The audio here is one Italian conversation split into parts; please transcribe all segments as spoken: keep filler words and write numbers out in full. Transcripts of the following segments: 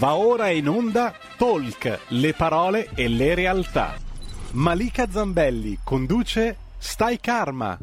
Va ora in onda Talk, le parole e le realtà. Malika Zambelli conduce Stai Karma.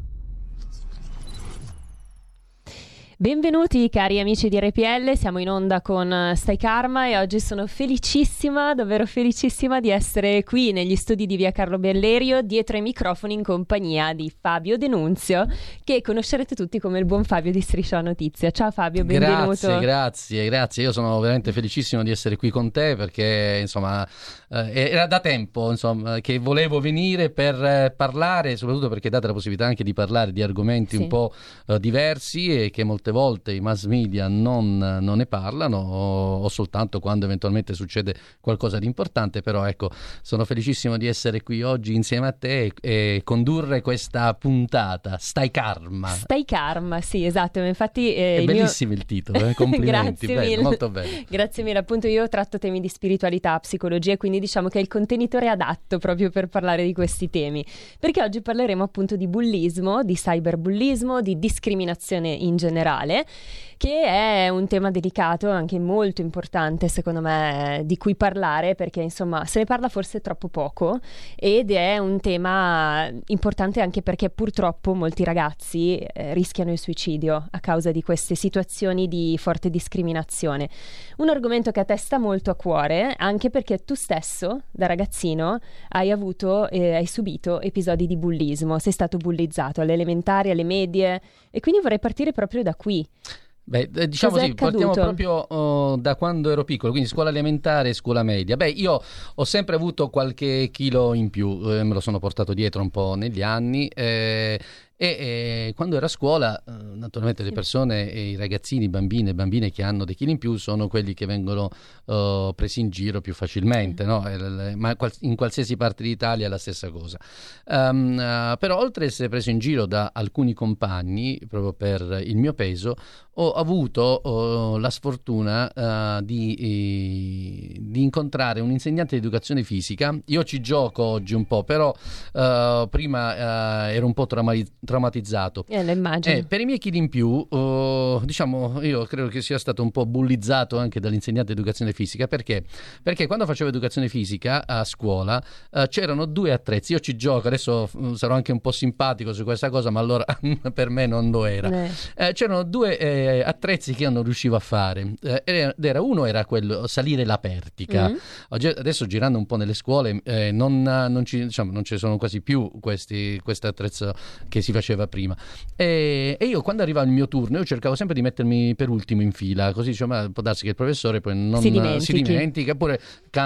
Benvenuti cari amici di R P L, siamo in onda con Stai Karma e oggi sono felicissima, davvero felicissima di essere qui negli studi di via Carlo Bellerio dietro ai microfoni in compagnia di Fabio Denunzio, che conoscerete tutti come il buon Fabio di Striscia la Notizia. Ciao Fabio, benvenuto. Grazie, grazie, grazie. Io sono veramente felicissimo di essere qui con te perché insomma eh, era da tempo insomma che volevo venire per eh, parlare, soprattutto perché date la possibilità anche di parlare di argomenti sì. un po' eh, diversi e che molte volte i mass media non, non ne parlano o, o soltanto quando eventualmente succede qualcosa di importante. Però ecco, sono felicissimo di essere qui oggi insieme a te e, e condurre questa puntata Stai Karma. Stai Karma, sì, esatto. Infatti eh, è il bellissimo mio... il titolo, eh? Complimenti. Grazie bello, mille. molto bello. Grazie mille. Appunto io tratto temi di spiritualità, psicologia, quindi diciamo che è il contenitore adatto proprio per parlare di questi temi, perché oggi parleremo appunto di bullismo, di cyberbullismo, di discriminazione in generale, che è un tema delicato, anche molto importante secondo me, di cui parlare, perché insomma se ne parla forse troppo poco ed è un tema importante anche perché purtroppo molti ragazzi eh, rischiano il suicidio a causa di queste situazioni di forte discriminazione. Un argomento che a te sta molto a cuore, anche perché tu stesso da ragazzino hai avuto e hai subito episodi di bullismo, sei stato bullizzato alle elementari, alle medie, e quindi vorrei partire proprio da qui. Beh, diciamo Cos'è sì, accaduto? partiamo proprio uh, da quando ero piccolo, quindi scuola elementare e scuola media. Beh, io ho sempre avuto qualche chilo in più, eh, me lo sono portato dietro un po' negli anni, eh, e eh, quando ero a scuola, eh, naturalmente le persone, e i ragazzini, i bambini e bambine che hanno dei chili in più sono quelli che vengono uh, presi in giro più facilmente, no? Ma in qualsiasi parte d'Italia è la stessa cosa. Um, uh, però oltre ad essere preso in giro da alcuni compagni, proprio per il mio peso, ho avuto uh, la sfortuna uh, di, di incontrare un insegnante di educazione fisica. Io ci gioco oggi un po', però uh, prima uh, ero un po' traumati- traumatizzato. Eh, lo immagino. Eh, per i miei chili in più, uh, diciamo, io credo che sia stato un po' bullizzato anche dall'insegnante di educazione fisica. Perché? Perché quando facevo educazione fisica a scuola uh, c'erano due attrezzi. Io ci gioco, adesso uh, sarò anche un po' simpatico su questa cosa, ma allora per me non lo era. Eh. Eh, c'erano due eh, attrezzi che io non riuscivo a fare, eh, ed era uno era quello salire la pertica. Mm. Oggi, adesso girando un po' nelle scuole eh, non, non, ci, diciamo, non ci sono quasi più questi questo attrezzo che si faceva prima, e, e io quando arrivava il mio turno io cercavo sempre di mettermi per ultimo in fila, così diciamo, ma può darsi che il professore poi non si, si dimentica oppure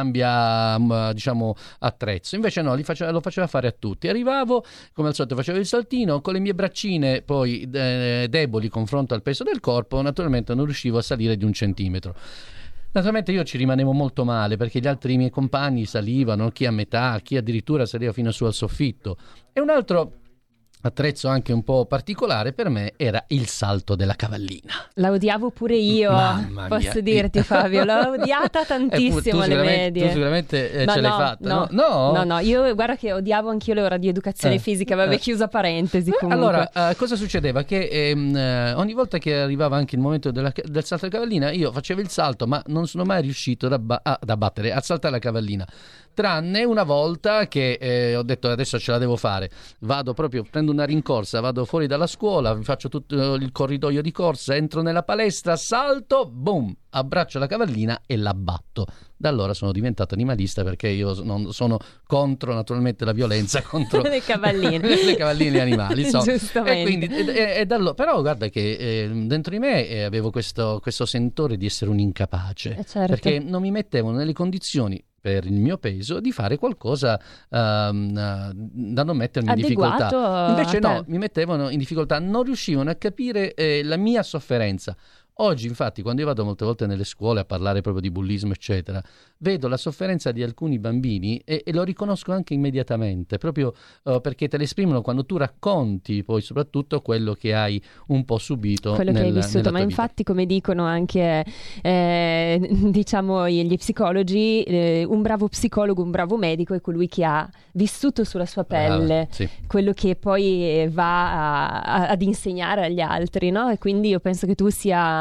cambia diciamo attrezzo. Invece no, li faceva, lo faceva fare a tutti. Arrivavo come al solito, facevo il saltino con le mie braccine poi eh, deboli confronto al peso del corpo, naturalmente non riuscivo a salire di un centimetro. Naturalmente io ci rimanevo molto male perché gli altri miei compagni salivano, chi a metà, chi addirittura saliva fino su al soffitto. E un altro attrezzo anche un po' particolare per me era il salto della cavallina. La odiavo pure io, Mamma posso mia. dirti Fabio, l'ho odiata tantissimo alle medie. Tu sicuramente eh, no, ce no, l'hai fatta, no? No, no, no, no, io guarda che odiavo anch'io le ore di educazione eh. fisica, vabbè, eh. chiusa parentesi comunque. Allora, uh, cosa succedeva? Che ehm, ogni volta che arrivava anche il momento della, del salto della cavallina, io facevo il salto, ma non sono mai riuscito ad, abba- ad abbattere, a saltare la cavallina. Tranne una volta che eh, ho detto adesso ce la devo fare, vado proprio, prendo una rincorsa, vado fuori dalla scuola, faccio tutto il corridoio di corsa, entro nella palestra, salto, boom, abbraccio la cavallina e la batto. Da allora sono diventato animalista perché io non, sono contro naturalmente la violenza contro le cavalline le cavalline e gli animali, insomma. Giustamente. E quindi, e, e da allora, però guarda che eh, dentro di me eh, avevo questo, questo sentore di essere un incapace, eh certo. perché non mi mettevano nelle condizioni per il mio peso di fare qualcosa um, uh, da non mettermi in adeguato difficoltà. Invece no, te. mi mettevano in difficoltà, non riuscivano a capire eh, la mia sofferenza. Oggi infatti quando io vado molte volte nelle scuole a parlare proprio di bullismo eccetera, vedo la sofferenza di alcuni bambini e, e lo riconosco anche immediatamente, proprio uh, perché te le esprimono quando tu racconti poi soprattutto quello che hai un po' subito, quello nel, che hai vissuto. Ma vita. infatti, come dicono anche eh, diciamo gli psicologi, eh, un bravo psicologo, un bravo medico è colui che ha vissuto sulla sua pelle ah, sì. quello che poi va a, a, ad insegnare agli altri, no? E quindi io penso che tu sia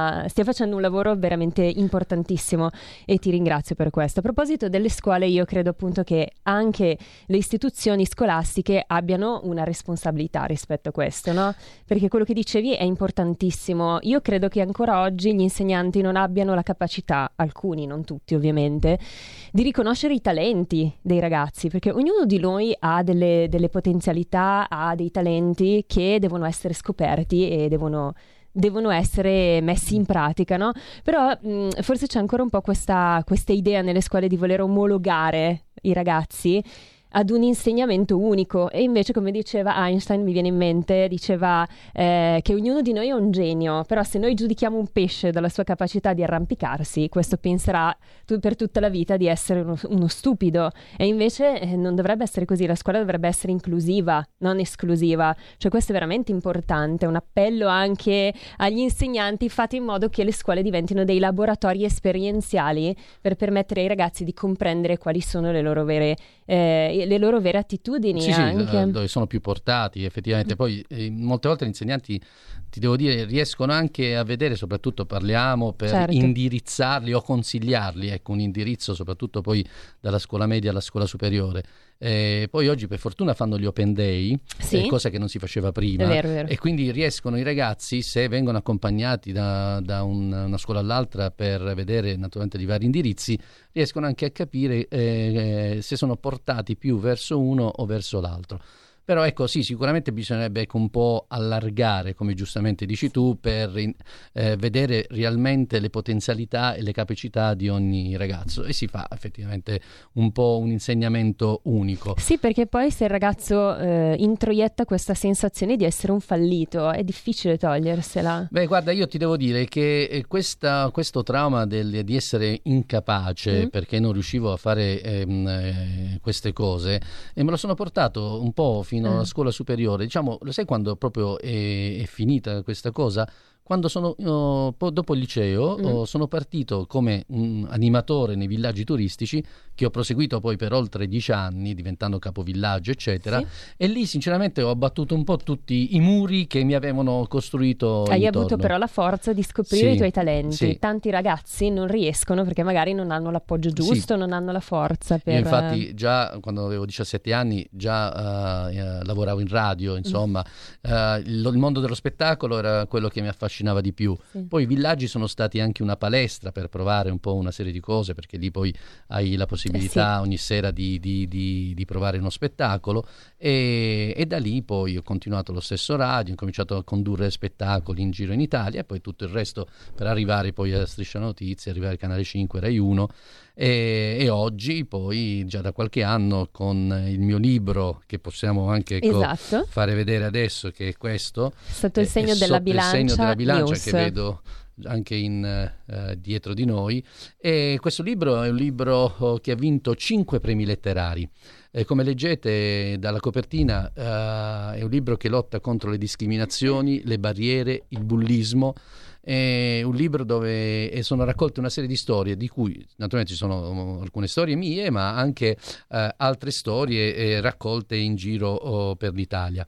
stia, stia facendo un lavoro veramente importantissimo e ti ringrazio per questo. A proposito delle scuole, io credo appunto che anche le istituzioni scolastiche abbiano una responsabilità rispetto a questo, no? Perché quello che dicevi è importantissimo. Io credo che ancora oggi gli insegnanti non abbiano la capacità, alcuni, non tutti ovviamente, di riconoscere i talenti dei ragazzi, perché ognuno di noi ha delle, delle potenzialità, ha dei talenti che devono essere scoperti e devono devono essere messi in pratica, no? Però mh, forse c'è ancora un po' questa, questa idea nelle scuole di voler omologare i ragazzi ad un insegnamento unico, e invece, come diceva Einstein, mi viene in mente, diceva eh, che ognuno di noi è un genio, però se noi giudichiamo un pesce dalla sua capacità di arrampicarsi, questo penserà tu, per tutta la vita di essere uno, uno stupido, e invece eh, non dovrebbe essere così. La scuola dovrebbe essere inclusiva, non esclusiva, cioè questo è veramente importante. Un appello anche agli insegnanti: fate in modo che le scuole diventino dei laboratori esperienziali per permettere ai ragazzi di comprendere quali sono le loro vere eh, le loro vere attitudini, sì, anche. Sì, dove sono più portati effettivamente. Poi eh, molte volte gli insegnanti, ti devo dire, riescono anche a vedere, soprattutto parliamo per certo. indirizzarli o consigliarli, ecco, un indirizzo soprattutto poi dalla scuola media alla scuola superiore. Eh, poi oggi per fortuna fanno gli open day, sì. eh, cosa che non si faceva prima, è vero, è vero. E quindi riescono i ragazzi, se vengono accompagnati da, da un, una scuola all'altra per vedere naturalmente i vari indirizzi, riescono anche a capire eh, se sono portati più verso uno o verso l'altro. Però ecco, sì, sicuramente bisognerebbe ecco, un po' allargare, come giustamente dici tu, per eh, vedere realmente le potenzialità e le capacità di ogni ragazzo, e si fa effettivamente un po' un insegnamento unico. Sì, perché poi se il ragazzo eh, introietta questa sensazione di essere un fallito, è difficile togliersela. Beh, guarda, io ti devo dire che questa, questo trauma del, di essere incapace mm. perché non riuscivo a fare ehm, eh, queste cose, e me lo sono portato un po' fino alla scuola superiore. Diciamo, lo sai quando proprio è, è finita questa cosa? Quando sono uh, po- dopo il liceo mm. uh, sono partito come un animatore nei villaggi turistici, che ho proseguito poi per oltre dieci anni, diventando capovillaggio eccetera, sì. E lì sinceramente ho abbattuto un po' tutti i muri che mi avevano costruito Hai intorno. avuto però la forza di scoprire sì, i tuoi talenti. sì. Tanti ragazzi non riescono perché magari non hanno l'appoggio giusto, sì. non hanno la forza per... Io infatti già quando avevo diciassette anni già uh, uh, lavoravo in radio, insomma mm. uh, il, il mondo dello spettacolo era quello che mi affascinava di più. Sì. Poi i villaggi sono stati anche una palestra per provare un po' una serie di cose, perché lì poi hai la possibilità eh sì. ogni sera di, di, di, di provare uno spettacolo, e, e da lì poi ho continuato lo stesso radio, ho cominciato a condurre spettacoli in giro in Italia, e poi tutto il resto per arrivare poi a Striscia Notizie, arrivare al Canale cinque, Rai uno, e, e oggi poi già da qualche anno con il mio libro, che possiamo anche ecco, esatto. fare vedere adesso, che è questo, sotto il segno della bilancia, il segno della bilancia news. Che vedo anche in, uh, dietro di noi, e questo libro è un libro uh, che ha vinto cinque premi letterari. Eh, come leggete dalla copertina, uh, è un libro che lotta contro le discriminazioni, le barriere, il bullismo. È un libro dove sono raccolte una serie di storie, di cui naturalmente ci sono alcune storie mie, ma anche eh, altre storie eh, raccolte in giro oh, per l'Italia.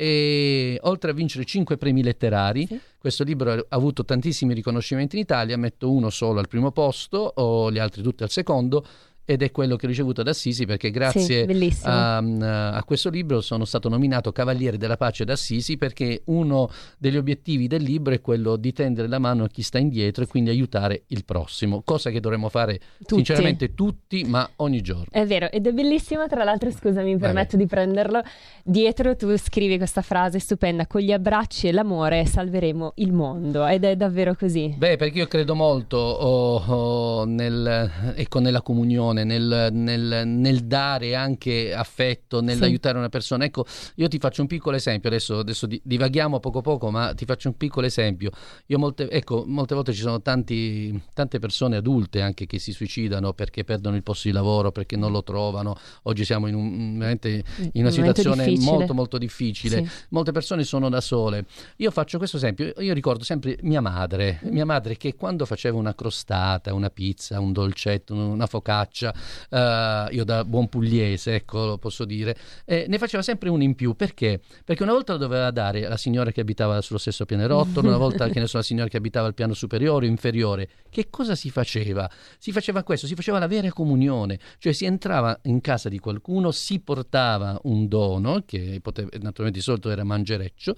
E oltre a vincere cinque premi letterari, sì. questo libro ha avuto tantissimi riconoscimenti in Italia. Metto uno solo al primo posto, o gli altri tutti al secondo, ed è quello che ho ricevuto da Assisi, perché grazie sì, a, a questo libro sono stato nominato Cavaliere della Pace d'Assisi, perché uno degli obiettivi del libro è quello di tendere la mano a chi sta indietro e quindi aiutare il prossimo, cosa che dovremmo fare tutti. sinceramente tutti, ma ogni giorno. È vero, ed è bellissima. Tra l'altro, scusami, mi permetto vai. di prenderlo. Dietro tu scrivi questa frase stupenda: con gli abbracci e l'amore salveremo il mondo, ed è davvero così. Beh, perché io credo molto oh, oh, nel, ecco, nella comunione, Nel, nel, nel dare anche affetto, nell'aiutare sì. una persona. Ecco, io ti faccio un piccolo esempio, adesso, adesso divaghiamo poco poco, ma ti faccio un piccolo esempio. Io molte, ecco, molte volte ci sono tanti, tante persone adulte anche che si suicidano perché perdono il posto di lavoro, perché non lo trovano. Oggi siamo in, un, veramente in una situazione difficile. molto molto difficile. Sì. Molte persone sono da sole. Io faccio questo esempio, io ricordo sempre mia madre, mia madre che quando faceva una crostata, una pizza, un dolcetto, una focaccia, faceva, uh, io da buon pugliese, ecco, lo posso dire, eh, ne faceva sempre uno in più. Perché? Perché una volta lo doveva dare alla signora che abitava sullo stesso pianerottolo, una volta che ne so, la signora che abitava al piano superiore o inferiore. Che cosa si faceva? Si faceva questo, si faceva la vera comunione, cioè si entrava in casa di qualcuno, si portava un dono, che poteva, naturalmente di solito era mangereccio,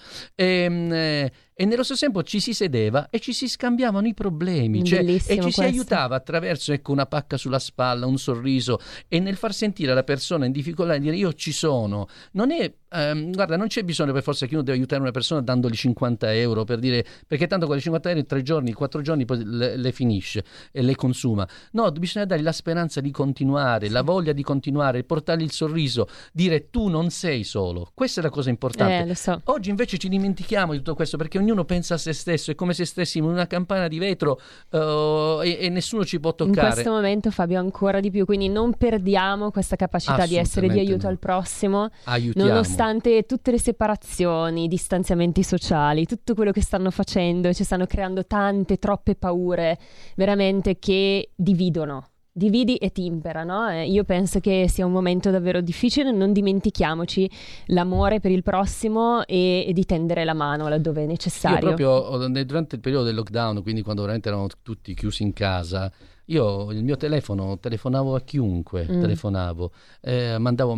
e, e nello stesso tempo ci si sedeva e ci si scambiavano i problemi, cioè, e ci questo. si aiutava attraverso, ecco, una pacca sulla spalla, un sorriso, e nel far sentire la persona in difficoltà e dire io ci sono. Non è, ehm, guarda, non c'è bisogno per forza che uno deve aiutare una persona dandogli cinquanta euro, per dire, perché tanto quelle cinquanta euro in tre giorni, quattro giorni poi le, le finisce e le consuma. No, bisogna dargli la speranza di continuare, sì. la voglia di continuare, portargli il sorriso, dire tu non sei solo. Questa è la cosa importante. Eh, lo so. Oggi invece ci dimentichiamo di tutto questo, perché ognuno pensa a se stesso, è come se stessimo in una campana di vetro uh, e, e nessuno ci può toccare. In questo momento, Fabio, ancora di più, quindi non perdiamo questa capacità di essere di aiuto no. al prossimo. Aiutiamo. Nonostante tutte le separazioni, i distanziamenti sociali, tutto quello che stanno facendo, ci stanno creando tante, troppe paure veramente che dividono. Dividi e timpera, no? Eh, io penso che sia un momento davvero difficile, non dimentichiamoci l'amore per il prossimo e, e di tendere la mano laddove è necessario. Io proprio durante il periodo del lockdown, quindi quando veramente eravamo tutti chiusi in casa, io il mio telefono telefonavo a chiunque, mm. telefonavo, eh, mandavo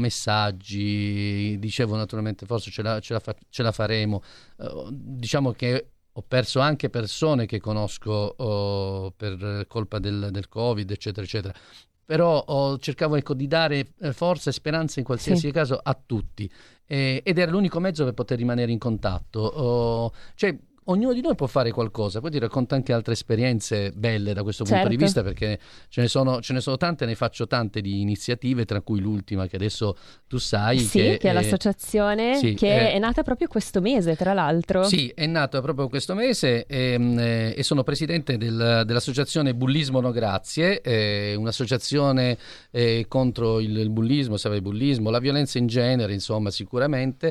messaggi, dicevo naturalmente forse ce la, ce la, fa, ce la faremo, uh, diciamo che ho perso anche persone che conosco oh, per colpa del, del Covid, eccetera, eccetera. Però oh, cercavo ecco, di dare forza e speranza in qualsiasi sì. caso a tutti. Eh, ed era l'unico mezzo per poter rimanere in contatto. Oh, cioè, ognuno di noi può fare qualcosa, poi ti racconto anche altre esperienze belle da questo certo. punto di vista, perché ce ne sono, ce ne sono tante, ne faccio tante di iniziative, tra cui l'ultima che adesso tu sai. Sì, che, che è, è l'associazione sì, che è, è nata proprio questo mese, tra l'altro. Sì, è nata proprio questo mese e, e sono presidente del, dell'associazione Bullismo No Grazie, eh, un'associazione eh, contro il, il bullismo, sarebbe il bullismo, la violenza in genere, insomma, sicuramente.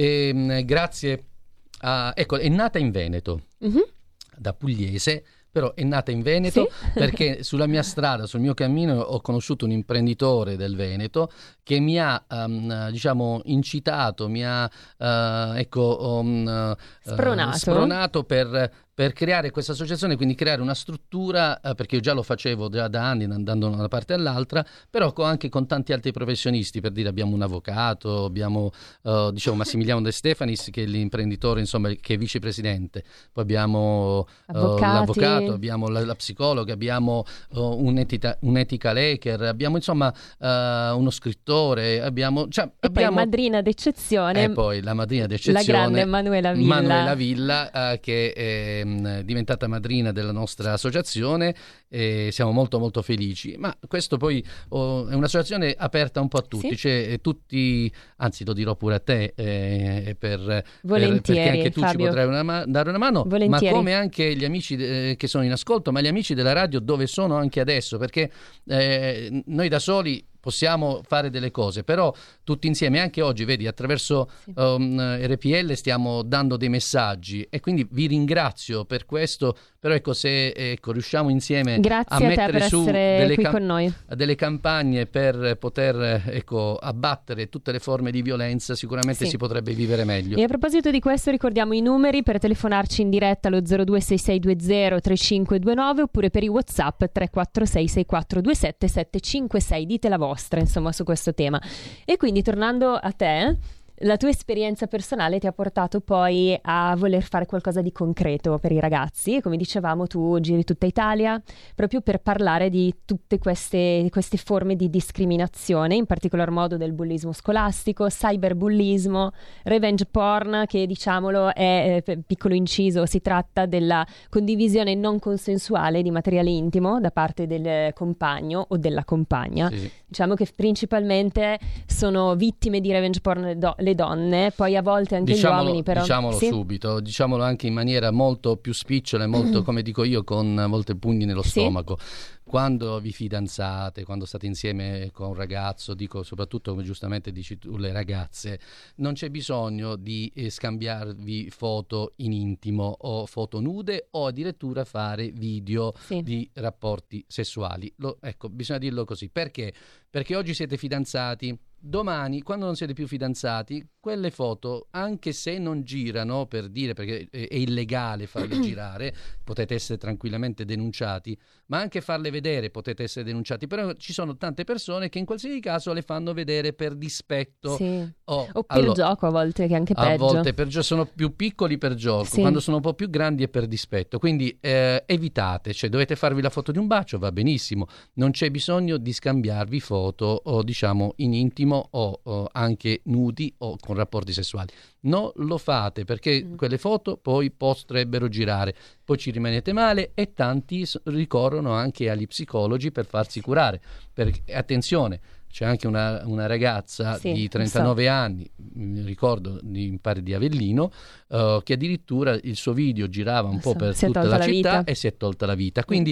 E, grazie. Uh, ecco, è nata in Veneto, mm-hmm. da pugliese, però è nata in Veneto sì? perché sulla mia strada, sul mio cammino ho conosciuto un imprenditore del Veneto che mi ha um, diciamo incitato, mi ha uh, ecco um, spronato, uh, spronato per per creare questa associazione, quindi creare una struttura, eh, perché io già lo facevo già da anni andando da una parte all'altra, però con, anche con tanti altri professionisti, per dire abbiamo un avvocato, abbiamo uh, diciamo Massimiliano De Stefanis che è l'imprenditore, insomma, che è vicepresidente, poi abbiamo uh, l'avvocato, abbiamo la, la psicologa, abbiamo uh, un'etica, un'etica Laker, abbiamo insomma uh, uno scrittore, abbiamo, cioè, e abbiamo poi madrina d'eccezione, e poi la madrina d'eccezione, la grande Manuela Villa, Manuela Villa uh, che è diventata madrina della nostra associazione e siamo molto molto felici, ma questo poi oh, è un'associazione aperta un po' a tutti, sì? Cioè tutti, anzi lo dirò pure a te eh, per, per, perché anche tu Fabio. ci potrai una, dare una mano, Volentieri. Ma come anche gli amici eh, che sono in ascolto, ma gli amici della radio dove sono anche adesso, perché eh, noi da soli possiamo fare delle cose, però tutti insieme, anche oggi, vedi, attraverso sì. um, R P L stiamo dando dei messaggi e quindi vi ringrazio per questo, però ecco, se ecco, riusciamo insieme Grazie a mettere a te per su delle, qui cam- con noi. delle campagne per poter ecco, abbattere tutte le forme di violenza, sicuramente sì. si potrebbe vivere meglio. E a proposito di questo ricordiamo i numeri per telefonarci in diretta allo zero due sei sei due zero tre cinque due nove oppure per i WhatsApp tre quattro sei sei quattro due sette sette cinque sei, dite la vostra insomma su questo tema. E quindi tornando a te, la tua esperienza personale ti ha portato poi a voler fare qualcosa di concreto per i ragazzi. Come dicevamo, tu giri tutta Italia proprio per parlare di tutte queste, queste forme di discriminazione, in particolar modo del bullismo scolastico, cyberbullismo, revenge porn, che diciamolo è, eh, piccolo inciso, si tratta della condivisione non consensuale di materiale intimo da parte del compagno o della compagna. Sì. Diciamo che principalmente sono vittime di revenge porn do- le le donne, poi a volte anche diciamolo, gli uomini però. Diciamolo sì? subito, diciamolo anche in maniera molto più spicciola e molto, come dico io, con a volte pugni nello Sì. stomaco. Quando vi fidanzate, quando state insieme con un ragazzo, dico soprattutto, come giustamente dici tu, le ragazze, non c'è bisogno di eh, scambiarvi foto in intimo o foto nude o addirittura fare video Sì. di rapporti sessuali. Lo, ecco, bisogna dirlo così. Perché? Perché oggi siete fidanzati. Domani, quando non siete più fidanzati, quelle foto, anche se non girano, per dire, perché è, è illegale farle girare, potete essere tranquillamente denunciati, ma anche farle vedere potete essere denunciati. Però ci sono tante persone che in qualsiasi caso le fanno vedere per dispetto. Sì. o, O per allora, gioco a volte, che è anche a peggio. volte per gioco, sono più piccoli per gioco, Sì. quando sono un po' più grandi è per dispetto. Quindi eh, evitate, cioè dovete farvi la foto di un bacio, va benissimo, non c'è bisogno di scambiarvi foto o diciamo in intimo o, o anche nudi o con rapporti sessuali. Non lo fate, perché Mm. quelle foto poi potrebbero girare, poi ci rimanete male e tanti s- ricorrono anche agli psicologi per farsi curare. Perché, attenzione, c'è anche una, una ragazza Sì, di lo trentanove anni, mi ricordo, di, mi pare di Avellino, uh, che addirittura il suo video girava un Lo po' so, per si è tutta tolta la la città vita. e si è tolta la vita. Quindi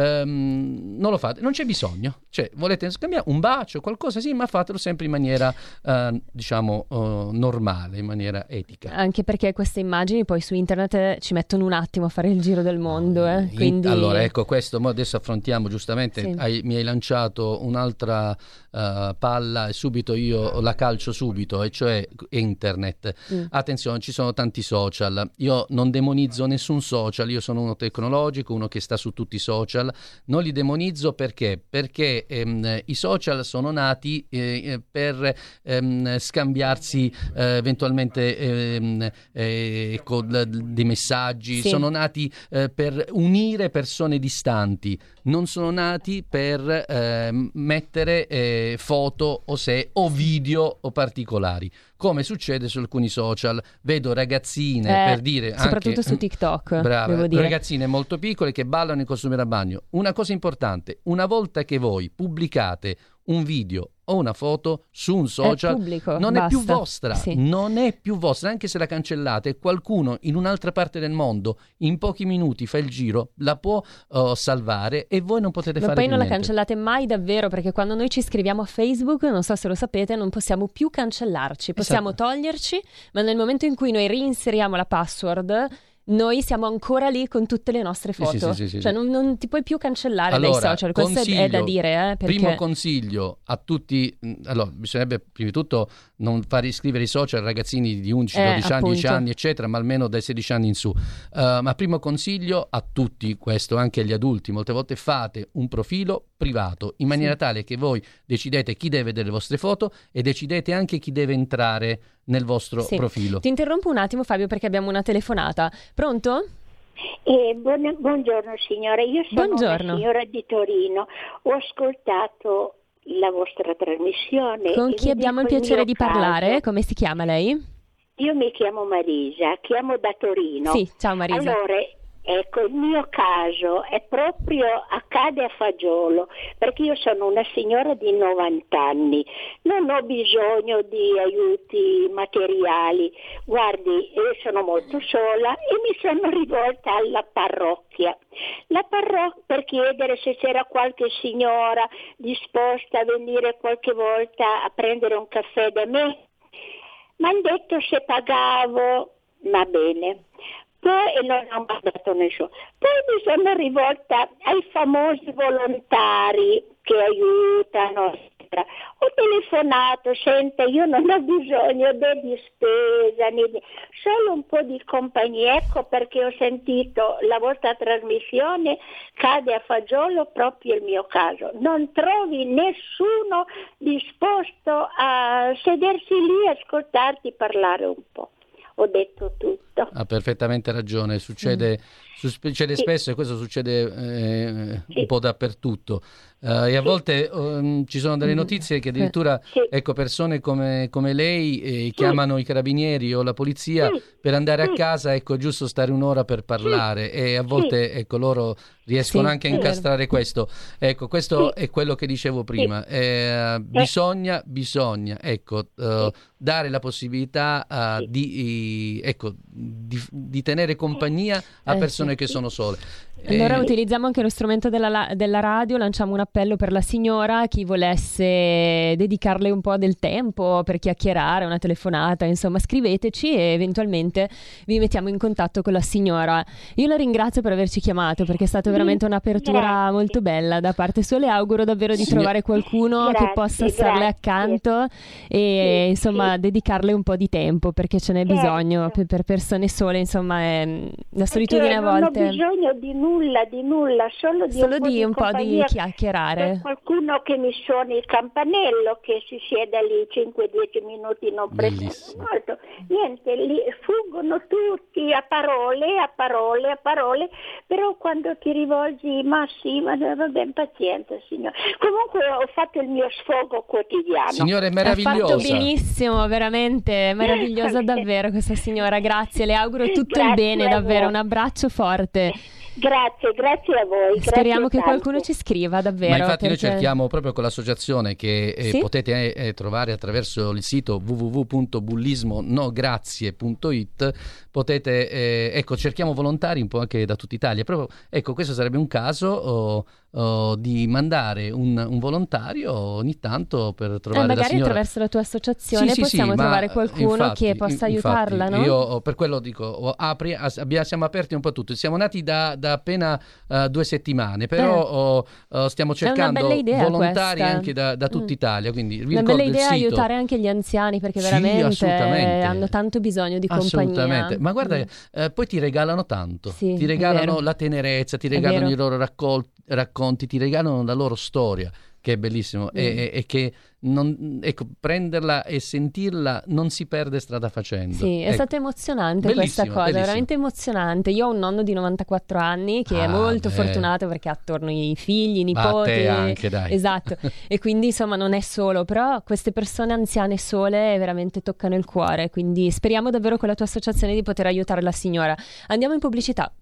um, non lo fate, non c'è bisogno. Cioè, volete scambiare un bacio, qualcosa, sì, ma fatelo sempre in maniera, uh, diciamo, uh, normale, in maniera etica. Anche perché queste immagini poi su internet ci mettono un attimo a fare il giro del mondo, eh? In- Quindi... allora ecco questo, mo adesso affrontiamo giustamente, Sì. hai- mi hai lanciato un'altra uh, palla e subito io la calcio subito, e cioè internet. Mm. Attenzione, ci sono tanti social, io non demonizzo nessun social, io sono uno tecnologico, uno che sta su tutti i social, non li demonizzo perché? Perché ehm, i social sono nati eh, per ehm, scambiarsi eh, eventualmente ehm, eh, con dei messaggi, Sì. sono nati eh, per unire persone distanti, non sono nati per eh, mettere eh, foto o se o video o particolari, come succede su alcuni social. Vedo ragazzine, Eh, per dire soprattutto anche, su TikTok, brava, devo dire. ragazzine molto piccole che ballano in costume da bagno. Una cosa importante, una volta che voi pubblicate un video o una foto su un social, È pubblico, non è più basta. vostra, Sì. non è più vostra, anche se la cancellate, qualcuno in un'altra parte del mondo in pochi minuti fa il giro, la può uh, salvare e voi non potete Ma fare poi più non la niente. cancellate mai davvero, perché quando noi ci iscriviamo a Facebook, non so se lo sapete, non possiamo più cancellarci, possiamo Esatto. toglierci, ma nel momento in cui noi reinseriamo la password, noi siamo ancora lì con tutte le nostre Sì, sì, foto. sì, sì, sì, cioè sì. Non, non ti puoi più cancellare Allora, dai social, questo è- è da consiglio- dire, eh, perché... Primo consiglio a tutti, mh, allora bisognerebbe prima di tutto non far iscrivere i social ragazzini di undici, Eh, dodici anni, dieci appunto. anni eccetera, ma almeno dai sedici anni in su. Uh, ma primo consiglio a tutti, questo anche agli adulti, molte volte fate un profilo privato in maniera Sì. tale che voi decidete chi deve vedere le vostre foto e decidete anche chi deve entrare nel vostro Sì. profilo. Ti interrompo un attimo, Fabio, perché abbiamo una telefonata. Pronto? Eh, buon- buongiorno signora, io sono Buongiorno. una signora di Torino, ho ascoltato la vostra trasmissione. Con e chi vi abbiamo il dico piacere mio di parlare? caso. Come si chiama lei? Io mi chiamo Marisa, chiamo da Torino. Sì, ciao Marisa. Allora, ecco, il mio caso è proprio, accade a fagiolo, perché io sono una signora di novanta anni, non ho bisogno di aiuti materiali, guardi, io sono molto sola e mi sono rivolta alla parrocchia. La parrocchia per chiedere se c'era qualche signora disposta a venire qualche volta a prendere un caffè da me. Mi hanno detto se pagavo, va bene. Poi e non ho mandato nessuno. Poi mi sono rivolta ai famosi volontari che aiutano, eccetera. Ho telefonato, senta, io non ho bisogno né di spesa, né di... solo un po' di compagnia. Ecco perché ho sentito la vostra trasmissione, cade a fagiolo proprio il mio caso. Non trovi nessuno disposto a sedersi lì e ascoltarti parlare un po'. Ho detto tutto. certo. Ha perfettamente ragione, succede, mm. succede sì. spesso, e questo succede eh, sì. un po' dappertutto. Uh, e a sì. volte um, ci sono delle notizie che addirittura sì. ecco, persone come, come lei eh, sì. chiamano i carabinieri o la polizia sì. per andare sì. a casa, ecco, giusto stare un'ora per parlare, sì. e a volte sì. ecco, loro riescono sì. anche a incastrare sì. questo. Ecco, questo sì. è quello che dicevo prima. Sì. Eh, bisogna, bisogna ecco, uh, sì. dare la possibilità uh, sì. di, ecco, di, di tenere compagnia a persone eh, sì. che sono sole. Allora eh, utilizziamo anche lo strumento della, della radio, lanciamo un appello per la signora, chi volesse dedicarle un po' del tempo per chiacchierare, una telefonata, insomma scriveteci e eventualmente vi mettiamo in contatto con la signora. Io la ringrazio per averci chiamato, perché è stata veramente un'apertura grazie. molto bella da parte sua. Le auguro davvero di Signor... trovare qualcuno grazie, che possa starle grazie. accanto e sì, insomma sì. dedicarle un po' di tempo, perché ce n'è certo. bisogno per, per persone sole, insomma è, la solitudine a volte... Non ho bisogno di nulla, di nulla, solo di solo un po' di, di, un po' di chiacchierare. Qualcuno che mi suoni il campanello, che si sieda lì cinque dieci minuti, non prende molto. Niente, lì fuggono tutti a parole, a parole, a parole, però quando ti rivolgi, ma sì, ma vabbè, pazienza, signore. Comunque ho fatto il mio sfogo quotidiano. Signora, è meravigliosa. Ha fatto benissimo, veramente, meravigliosa davvero questa signora, grazie, le auguro tutto grazie il bene, davvero, un abbraccio forte. Grazie, grazie a voi. Speriamo grazie che qualcuno ci scriva davvero. Ma infatti perché... noi cerchiamo proprio con l'associazione che eh, sì? potete eh, trovare attraverso il sito w w w punto bullismo no grazie punto i t. Potete, eh, ecco, cerchiamo volontari un po' anche da tutta Italia. Proprio, ecco, questo sarebbe un caso oh, oh, di mandare un, un volontario ogni tanto per trovare eh, la magari signora. Attraverso la tua associazione sì, sì, possiamo sì, trovare ma qualcuno infatti, che possa infatti, aiutarla, no? Io per quello dico, oh, apri, abbiamo, siamo aperti un po' a tutto. Siamo nati da, da appena uh, due settimane, però eh. oh, oh, stiamo cercando volontari questa. anche da, da tutta mm. Italia. Quindi vi una bella idea il sito. Aiutare anche gli anziani, perché sì, veramente hanno tanto bisogno di assolutamente. compagnia. Ma guarda, mm. eh, poi ti regalano tanto, sì, ti regalano la tenerezza, ti regalano i loro raccol- racconti, ti regalano la loro storia, che è bellissimo, mm. e, e che non, ecco, prenderla e sentirla non si perde strada facendo. Sì, è ecco. stata emozionante Bellissimo, questa cosa, bellissimo. veramente emozionante. Io ho un nonno di novantaquattro anni che ah, è molto beh. fortunato perché ha attorno i figli, i nipoti. Ma a te anche, dai. Esatto, e quindi insomma non è solo, però queste persone anziane sole veramente toccano il cuore, quindi speriamo davvero con la tua associazione di poter aiutare la signora. Andiamo in pubblicità.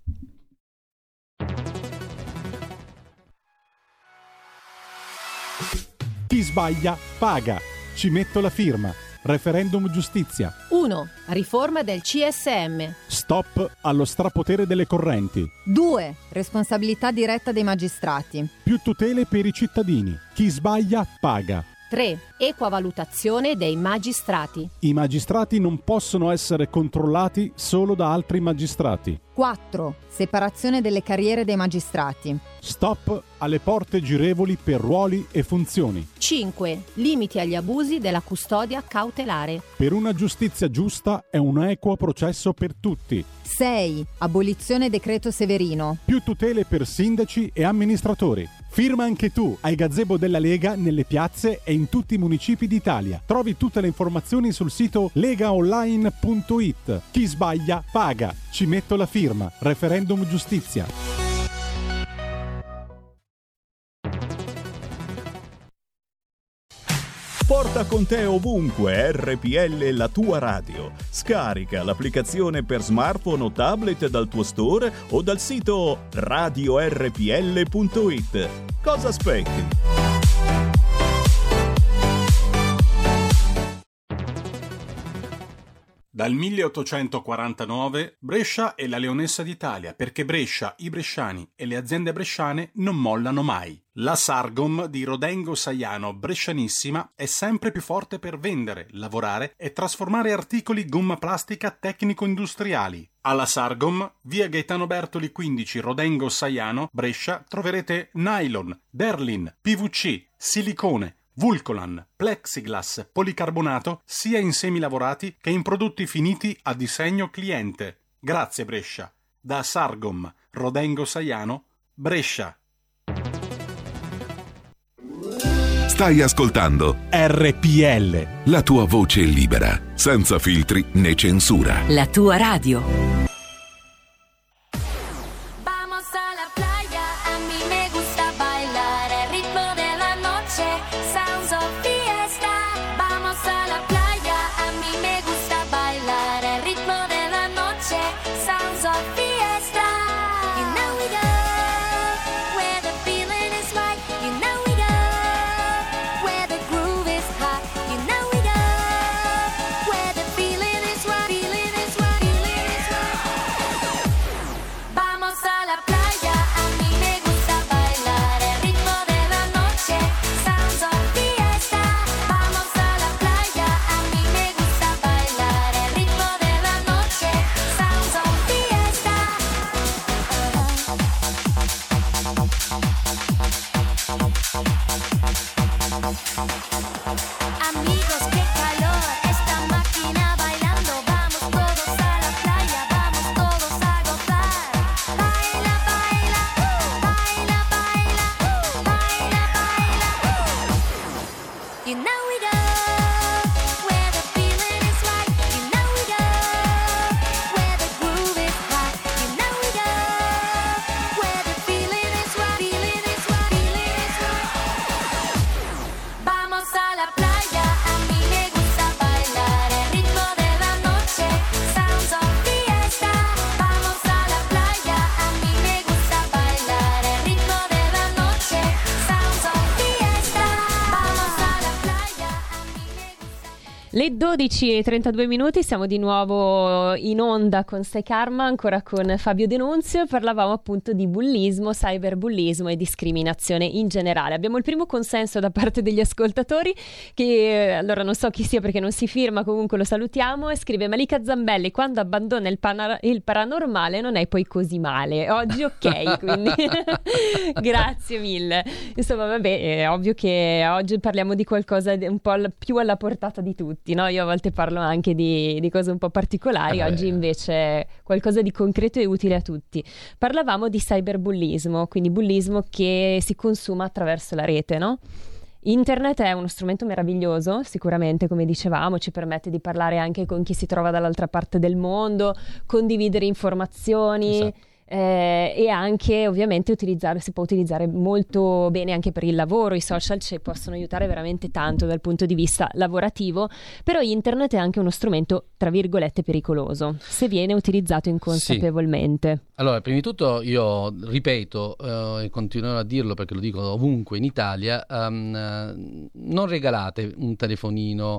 Chi sbaglia paga. Ci metto la firma. Referendum giustizia. uno. Riforma del C S M. Stop allo strapotere delle correnti. due. Responsabilità diretta dei magistrati. Più tutele per i cittadini. Chi sbaglia paga. tre. Equa valutazione dei magistrati. I magistrati non possono essere controllati solo da altri magistrati. quattro. Separazione delle carriere dei magistrati. Stop alle porte girevoli per ruoli e funzioni. cinque. Limiti agli abusi della custodia cautelare. Per una giustizia giusta è un equo processo per tutti. sei. Abolizione decreto Severino. Più tutele per sindaci e amministratori. Firma anche tu ai gazebo della Lega nelle piazze e in tutti i municipi d'Italia. Trovi tutte le informazioni sul sito legaonline punto it. Chi sbaglia paga. Ci metto la firma. Referendum giustizia. Porta con te ovunque R P L, la tua radio. Scarica l'applicazione per smartphone o tablet dal tuo store o dal sito radio r p l punto it. Cosa aspetti? Dal milleottocentoquarantanove Brescia è la leonessa d'Italia, perché Brescia, i bresciani e le aziende bresciane non mollano mai. La Sargom di Rodengo Saiano Brescianissima è sempre più forte per vendere, lavorare e trasformare articoli gomma plastica tecnico-industriali. Alla Sargom, via Gaetano Bertoli quindici, Rodengo Saiano, Brescia, troverete nylon, derlin, P V C, silicone, Vulcolan, plexiglass, policarbonato, sia in semi lavorati che in prodotti finiti a disegno cliente. Grazie Brescia. Da Sargom, Rodengo Saiano, Brescia. Stai ascoltando R P L, la tua voce libera, senza filtri né censura. La tua radio. Vamos a la playa, a mí me gusta bailar el ritmo de la noche, sounds of fiesta. Vamos a la playa, a mí me gusta bailar el ritmo de la noche, sounds of fiesta. You know we go where the feeling is right. You know we go where the groove is hot. You know we go where the feeling is right. Feeling is right. Feeling is right. Vamos a la playa, a mí me gusta bailar el ritmo de la noche, sounds of fiesta. Vamos a la playa, a mí me gusta bailar el ritmo de la noche, sounds of fiesta. Amigos, qué calor, esta máquina bailando. Vamos todos a la playa, vamos todos a gozar. Baila, baila, baila, baila, baila, baila. You know we go where the feeling is right. You know we go where the groove is hot. You know we go where the feeling is right. Feeling is right. Feeling is right. Vamos a la playa, a mí me gusta bailar el ritmo de la noche, sounds of fiesta. Vamos a la playa, a mí me gusta bailar el ritmo de la noche, sounds of fiesta. Vamos a la playa, a mí me gusta. Le dodici e trentadue minuti, siamo di nuovo in onda con Sei Karma, ancora con Fabio Denunzio. Parlavamo appunto di bullismo, cyberbullismo e discriminazione in generale. Abbiamo il primo consenso da parte degli ascoltatori che, allora non so chi sia perché non si firma, comunque lo salutiamo, e scrive: Malika Zambelli, quando abbandona il, pana- il paranormale non è poi così male. Oggi ok, quindi grazie mille. Insomma, vabbè, è ovvio che oggi parliamo di qualcosa di un po' al- più alla portata di tutti, no? Io a volte parlo anche di, di cose un po' particolari, Eh beh. oggi invece qualcosa di concreto e utile a tutti. Parlavamo di cyberbullismo, quindi bullismo che si consuma attraverso la rete, no? Internet è uno strumento meraviglioso, sicuramente, come dicevamo, ci permette di parlare anche con chi si trova dall'altra parte del mondo, condividere informazioni. Esatto. Eh, e anche ovviamente utilizzare, si può utilizzare molto bene anche per il lavoro. I social ci possono aiutare veramente tanto dal punto di vista lavorativo, però internet è anche uno strumento tra virgolette pericoloso se viene utilizzato inconsapevolmente. Allora, prima di tutto io ripeto eh, e continuerò a dirlo perché lo dico ovunque in Italia, um, eh, non regalate un telefonino uh,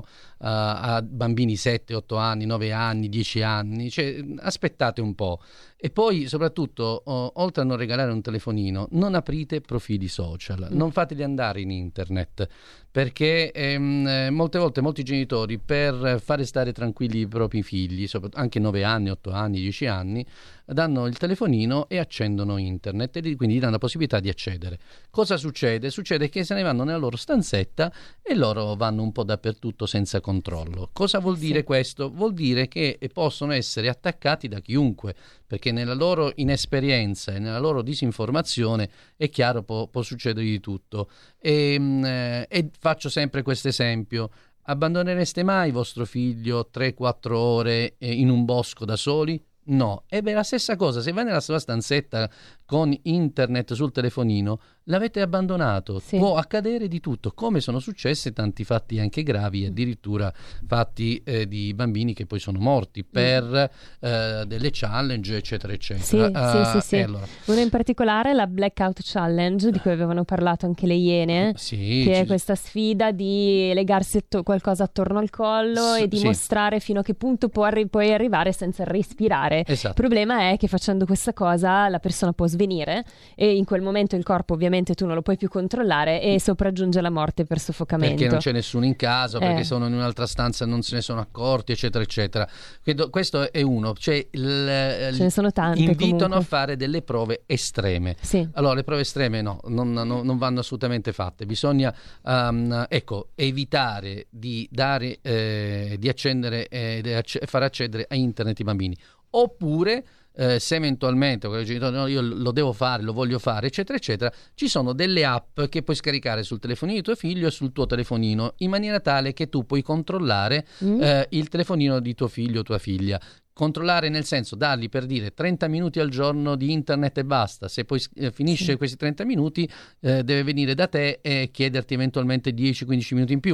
a bambini sette, otto anni, nove anni, dieci anni, cioè aspettate un po'. E poi soprattutto, oh, oltre a non regalare un telefonino, non aprite profili social, mm. non fateli andare in internet, perché ehm, molte volte molti genitori, per fare stare tranquilli i propri figli, anche nove anni, otto anni, dieci anni, danno il telefonino e accendono internet, e quindi gli danno la possibilità di accedere. Cosa succede? Succede che se ne vanno nella loro stanzetta e loro vanno un po' dappertutto senza controllo. Cosa vuol dire Sì. questo? Vuol dire che possono essere attaccati da chiunque, perché nella loro inesperienza e nella loro disinformazione è chiaro può, può succedere di tutto. E, mh, e faccio sempre questo esempio: abbandonereste mai vostro figlio tre quattro ore eh, in un bosco da soli? No. E beh, la stessa cosa, se vai nella sua stanzetta con internet sul telefonino, l'avete abbandonato. Sì. Può accadere di tutto, come sono successe tanti fatti anche gravi, addirittura fatti eh, di bambini che poi sono morti per eh, delle challenge, eccetera eccetera. Sì, Uh, sì, sì, sì. e allora, Una in particolare, la Blackout Challenge, di cui avevano parlato anche le Iene, sì, che ci- è questa sfida di legarsi atto- qualcosa attorno al collo S- e sì. dimostrare fino a che punto può arri- puoi arrivare senza respirare. Esatto. Il problema è che facendo questa cosa la persona può svenire e in quel momento il corpo ovviamente tu non lo puoi più controllare e sopraggiunge la morte per soffocamento. Perché non c'è nessuno in casa, perché Eh. sono in un'altra stanza e non se ne sono accorti, eccetera eccetera. Credo- questo è uno, cioè il, Ce ne sono tante, invitano comunque. a fare delle prove estreme. Sì. Allora, le prove estreme no, non, non- non vanno assolutamente fatte. Bisogna um, ecco, evitare di dare, eh, di accendere e di acc- far accedere a internet i bambini. Oppure eh, se eventualmente quel genitore no, io lo devo fare, lo voglio fare, eccetera, eccetera, ci sono delle app che puoi scaricare sul telefonino di tuo figlio e sul tuo telefonino, in maniera tale che tu puoi controllare mm. eh, il telefonino di tuo figlio o tua figlia. Controllare nel senso dargli, per dire, trenta minuti al giorno di internet e basta. Se poi eh, finisce sì. questi trenta minuti eh, deve venire da te e chiederti eventualmente dieci quindici minuti in più.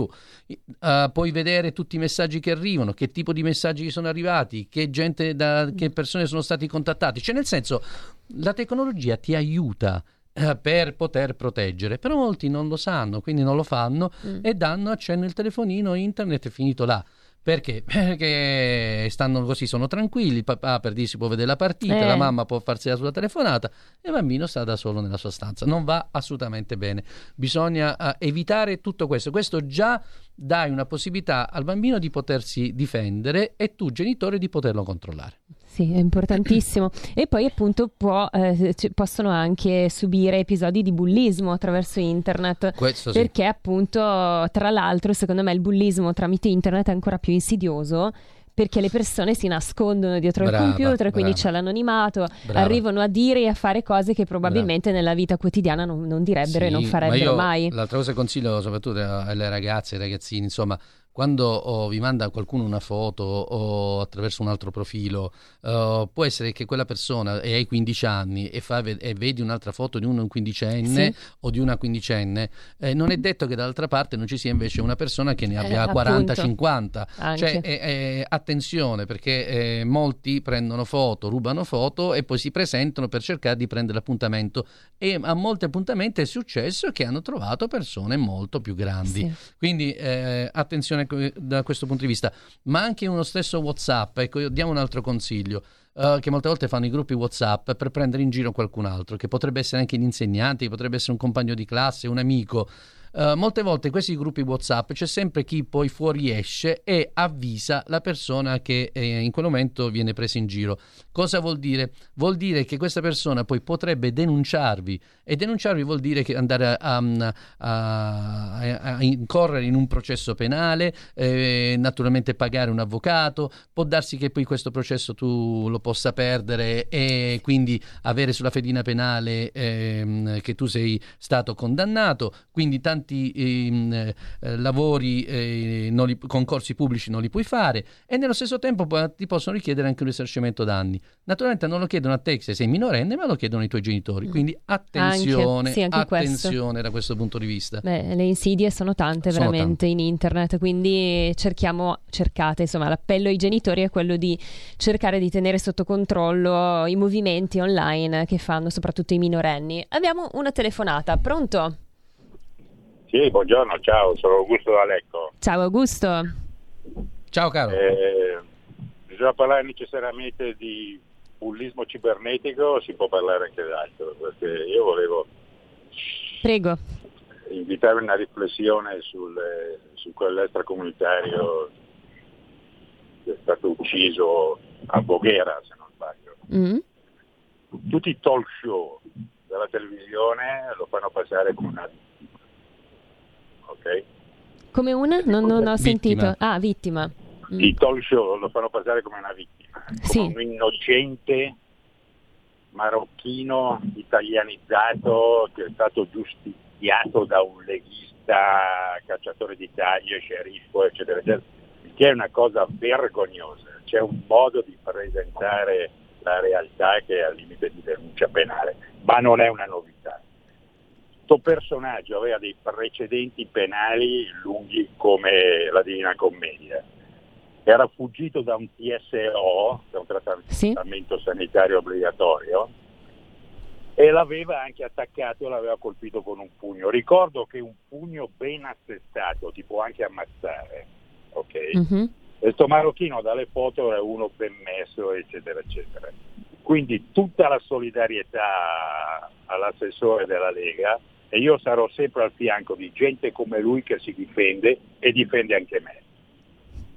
Uh, puoi vedere tutti i messaggi che arrivano, che tipo di messaggi sono arrivati, che gente da che persone sono stati contattati. Cioè, nel senso, la tecnologia ti aiuta eh, per poter proteggere, però molti non lo sanno, quindi non lo fanno mm. e danno accenno il telefonino, internet è finito là. Perché? Perché stanno così, sono tranquilli, il papà per dire si può vedere la partita, eh. la mamma può farsi la sua telefonata e il bambino sta da solo nella sua stanza. Non va assolutamente bene. Bisogna uh, evitare tutto questo. Questo già dai una possibilità al bambino di potersi difendere e tu, genitore, di poterlo controllare. Sì, è importantissimo. E poi appunto può, eh, c- possono anche subire episodi di bullismo attraverso internet. Questo sì. Perché appunto, tra l'altro, secondo me il bullismo tramite internet è ancora più insidioso, perché le persone si nascondono dietro brava, il computer, brava. quindi c'è l'anonimato, brava. arrivano a dire e a fare cose che probabilmente brava. nella vita quotidiana non, non direbbero sì, e non farebbero ma io, mai. L'altra cosa che consiglio soprattutto alle ragazze, ai ragazzini, insomma, quando oh, vi manda qualcuno una foto o attraverso un altro profilo, uh, può essere che quella persona è ai quindici anni e, fa, e vedi un'altra foto di un quindicenne sì. o di una quindicenne, eh, non è detto che dall'altra parte non ci sia invece una persona che ne abbia eh, quaranta cinquanta. Cioè, eh, eh, attenzione, perché eh, molti prendono foto, rubano foto e poi si presentano per cercare di prendere l'appuntamento, e a molti appuntamenti è successo che hanno trovato persone molto più grandi. Sì. Quindi eh, attenzione da questo punto di vista, ma anche uno stesso WhatsApp. Ecco, diamo un altro consiglio uh, che molte volte fanno i gruppi WhatsApp per prendere in giro qualcun altro, che potrebbe essere anche l'insegnante, che potrebbe essere un compagno di classe, un amico. Uh, molte volte in questi gruppi WhatsApp c'è sempre chi poi fuoriesce e avvisa la persona che eh, in quel momento viene presa in giro. Cosa vuol dire? Vuol dire che questa persona poi potrebbe denunciarvi, e denunciarvi vuol dire che andare a, a, a, a incorrere in un processo penale, eh, naturalmente pagare un avvocato. Può darsi che poi questo processo tu lo possa perdere e quindi avere sulla fedina penale eh, che tu sei stato condannato, quindi tanti Eh, eh, lavori, eh, non li, concorsi pubblici non li puoi fare, e nello stesso tempo poi ti possono richiedere anche un risarcimento danni. Naturalmente non lo chiedono a te se sei minorenne, ma lo chiedono ai tuoi genitori, quindi attenzione, anche, sì, anche attenzione questo. Da questo punto di vista. Beh, le insidie sono tante sono veramente tante. in internet, quindi cerchiamo, cercate, insomma, l'appello ai genitori è quello di cercare di tenere sotto controllo i movimenti online che fanno soprattutto i minorenni. Abbiamo una telefonata, pronto? Sì, buongiorno, ciao, sono Augusto da Lecco. Ciao Augusto. Ciao caro. Eh, bisogna parlare necessariamente di bullismo cibernetico o si può parlare anche d'altro? Perché io volevo Prego. invitare una riflessione sul, su quell'extracomunitario che è stato ucciso a Voghera, se non sbaglio. Mm. Tutti i talk show della televisione lo fanno passare come una Okay. Come una? Non, non ho vittima. sentito. Ah, vittima. Mm. I talk show lo fanno passare come una vittima, come sì. un innocente marocchino italianizzato che è stato giustiziato da un leghista, cacciatore d'Italia, sceriffo, eccetera, eccetera, che è una cosa vergognosa. C'è un modo di presentare la realtà che è al limite di denuncia penale, ma non è una novità. Questo personaggio aveva dei precedenti penali lunghi come la Divina Commedia. Era fuggito da un T S O, da un trattamento sì. sanitario obbligatorio, e l'aveva anche attaccato e l'aveva colpito con un pugno. Ricordo che un pugno ben assestato ti può anche ammazzare, ok? Mm-hmm. E sto marocchino dalle foto era uno ben messo, eccetera, eccetera. Quindi tutta la solidarietà all'assessore della Lega, e io sarò sempre al fianco di gente come lui che si difende e difende anche me.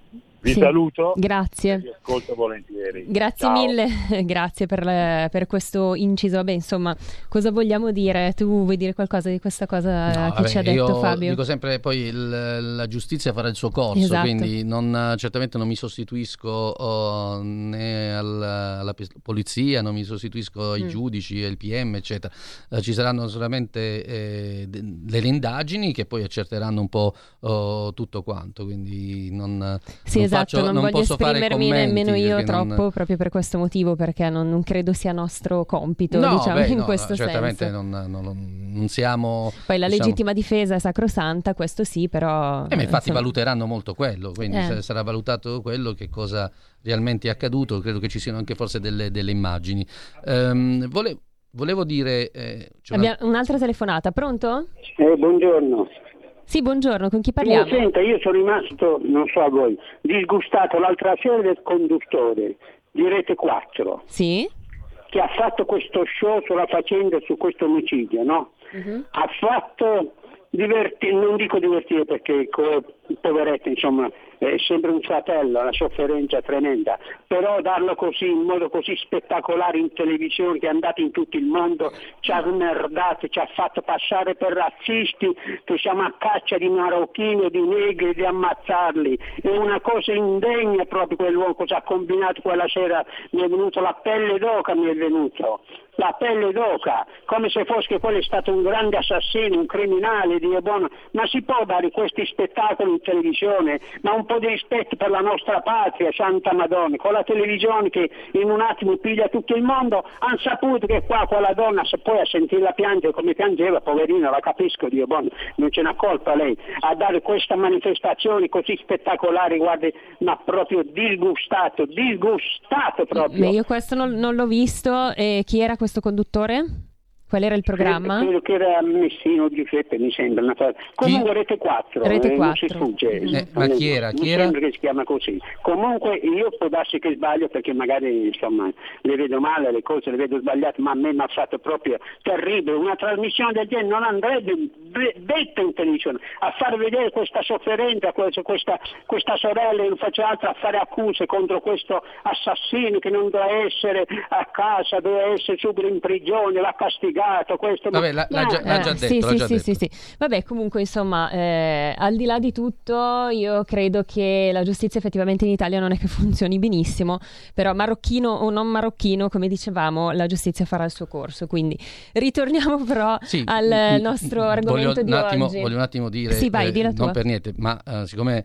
Vi Sì. saluto. Grazie. Vi ascolto volentieri. Grazie Ciao. mille, grazie per, le- per questo inciso. Vabbè, insomma, cosa vogliamo dire? Tu vuoi dire qualcosa di questa cosa No, che vabbè, ci ha detto io Fabio? dico sempre poi il- la giustizia farà il suo corso, Esatto. quindi non, certamente non mi sostituisco oh, né al- alla pis- polizia, non mi sostituisco ai Mm. giudici, al P M, eccetera. Eh, ci saranno solamente eh, de- delle indagini che poi accerteranno un po' oh, tutto quanto, quindi non, Sì, non esatto, faccio- non, non voglio posso fare esprimermi commenti nemmeno io perché non- troppo proprio per questo motivo, perché non, non credo sia nostro compito, No, diciamo, beh, in no, questo certamente senso. non, non- non siamo... Poi la diciamo- legittima difesa è sacrosanta, questo sì, però... Eh, ma infatti insomma, valuteranno molto quello, quindi Eh. sa- sarà valutato quello, che cosa realmente è accaduto. Credo che ci siano anche forse delle, delle immagini. Ehm, vole- volevo dire... eh, c'è una- abbiamo un'altra telefonata, pronto? Eh, buongiorno. Sì, buongiorno, con chi Eh, parliamo? senta, io sono rimasto, non so a voi, disgustato l'altra sera del conduttore di Rete quattro Sì? che ha fatto questo show sulla faccenda su questo omicidio, no? Mhm. Ha fatto divertire, non dico divertire perché co- poveretto, insomma, è sempre un fratello, una sofferenza tremenda, però darlo così, in modo così spettacolare in televisione, che è andato in tutto il mondo, ci ha smerdato, ci ha fatto passare per razzisti, che siamo a caccia di marocchini e di negri, di ammazzarli. È una cosa indegna proprio quell'uomo, cosa ha combinato quella sera, mi è venuto la pelle d'oca, mi è venuto. La pelle d'oca, come se fosse che quello è stato un grande assassino, un criminale, Dio buono, ma si può dare questi spettacoli in televisione? Ma un po' di rispetto per la nostra patria, Santa Madonna, con la televisione che in un attimo piglia tutto il mondo, hanno saputo che qua quella donna, se poi a sentirla piangere come piangeva, poverina, la capisco, Dio buono, non ce n'ha colpa lei, a dare questa manifestazione così spettacolare, guardi, ma proprio disgustato, disgustato proprio. Beh, io questo non, non l'ho visto. E chi era questo conduttore? Qual era il programma? Credo che era Messino Giuseppe, mi sembra. Una cosa. Comunque Rete quattro, Rete eh, non si quattro. sfugge. Eh, ma chi era? Chi mi era? sembra che si chiama così. Comunque io può darsi che sbaglio perché magari insomma le vedo male, le cose le vedo sbagliate, ma a me mi ha fatto proprio terribile. Una trasmissione del genere non andrebbe de- detta in televisione a far vedere questa sofferenza, questa, questa, questa sorella che non faceva altro a fare accuse contro questo assassino che non doveva essere a casa, doveva essere subito in prigione, l'ha castigato. Questo, Vabbè, l'ha- l'ha già- l'ha già detto, sì, l'ha sì, già sì, detto. sì, sì. Vabbè, comunque, insomma, eh, al di là di tutto, io credo che la giustizia effettivamente in Italia non è che funzioni benissimo, però marocchino o non marocchino, come dicevamo, la giustizia farà il suo corso. Quindi ritorniamo però Sì, al mm, nostro voglio argomento un di attimo, oggi. Voglio un attimo dire, Sì, vai, eh, di la tua. non per niente, ma eh, siccome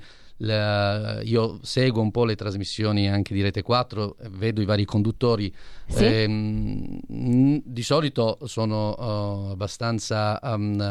la- io seguo un po' le trasmissioni anche di Rete quattro, eh, vedo i vari conduttori, Sì. ehm, mh, di solito sono eh, abbastanza um,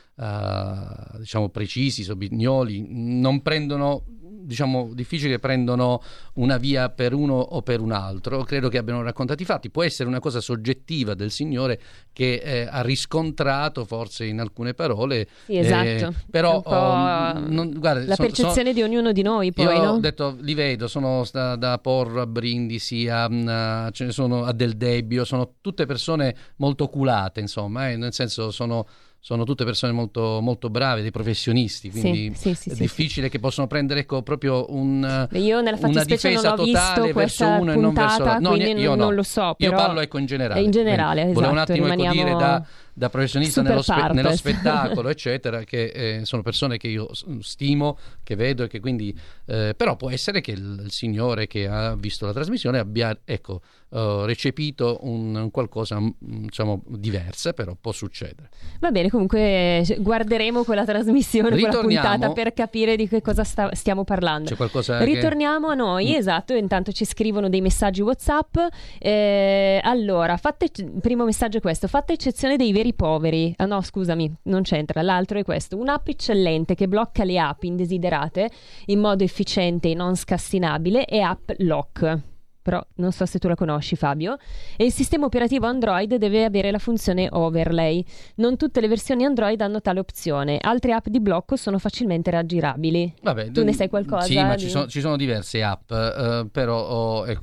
eh, diciamo precisi, sobignoli, non prendono, diciamo, difficile che prendano una via per uno o per un altro. Credo che abbiano raccontato i fatti. Può essere una cosa soggettiva del signore che eh, ha riscontrato forse in alcune parole, Sì, esatto. eh, È però un po' oh, non- guarda, la sono- percezione sono- di ognuno di noi, poi, io no? ho detto, li vedo, sono da, da Porro a Brindisi, a, a- ce ne sono a Del Debbio, sono tutte persone molto culate, insomma, eh, nel senso sono, sono tutte persone molto, molto brave, dei professionisti, quindi sì, sì, è sì, difficile che possano prendere, ecco, proprio un, Beh, io nella una fattispecie difesa non ho totale visto verso questa uno e non verso puntata, l'altro. No, quindi io non, no. non lo so. Io Però parlo ecco in generale. In generale, Quindi, esatto. volevo un attimo ecco, rimaniamo dire da, da professionista super nello, spe- partes. nello spettacolo, eccetera, che eh, sono persone che io s- stimo, che vedo e che quindi eh, però può essere che il, il signore che ha visto la trasmissione abbia ecco eh, recepito un, un qualcosa mh, diciamo diversa, però può succedere. Va bene, comunque eh, guarderemo quella trasmissione, quella Ritorniamo. puntata per capire di che cosa sta- stiamo parlando. C'è qualcosa che- Ritorniamo a noi, Mm. esatto, intanto ci scrivono dei messaggi WhatsApp. Eh, allora, fate, il primo messaggio è questo: fatta eccezione dei veri poveri. Ah no, scusami, non c'entra, l'altro è questo: un'app eccellente che blocca le app indesiderate in modo efficiente e non scassinabile è App Lock. Però non so se tu la conosci, Fabio. E il sistema operativo Android deve avere la funzione overlay. Non tutte le versioni Android hanno tale opzione. Altre app di blocco sono facilmente raggirabili. Vabbè, Tu ne sai qualcosa? Sì, ma di- ci sono, ci sono diverse app, eh, però oh, ecco,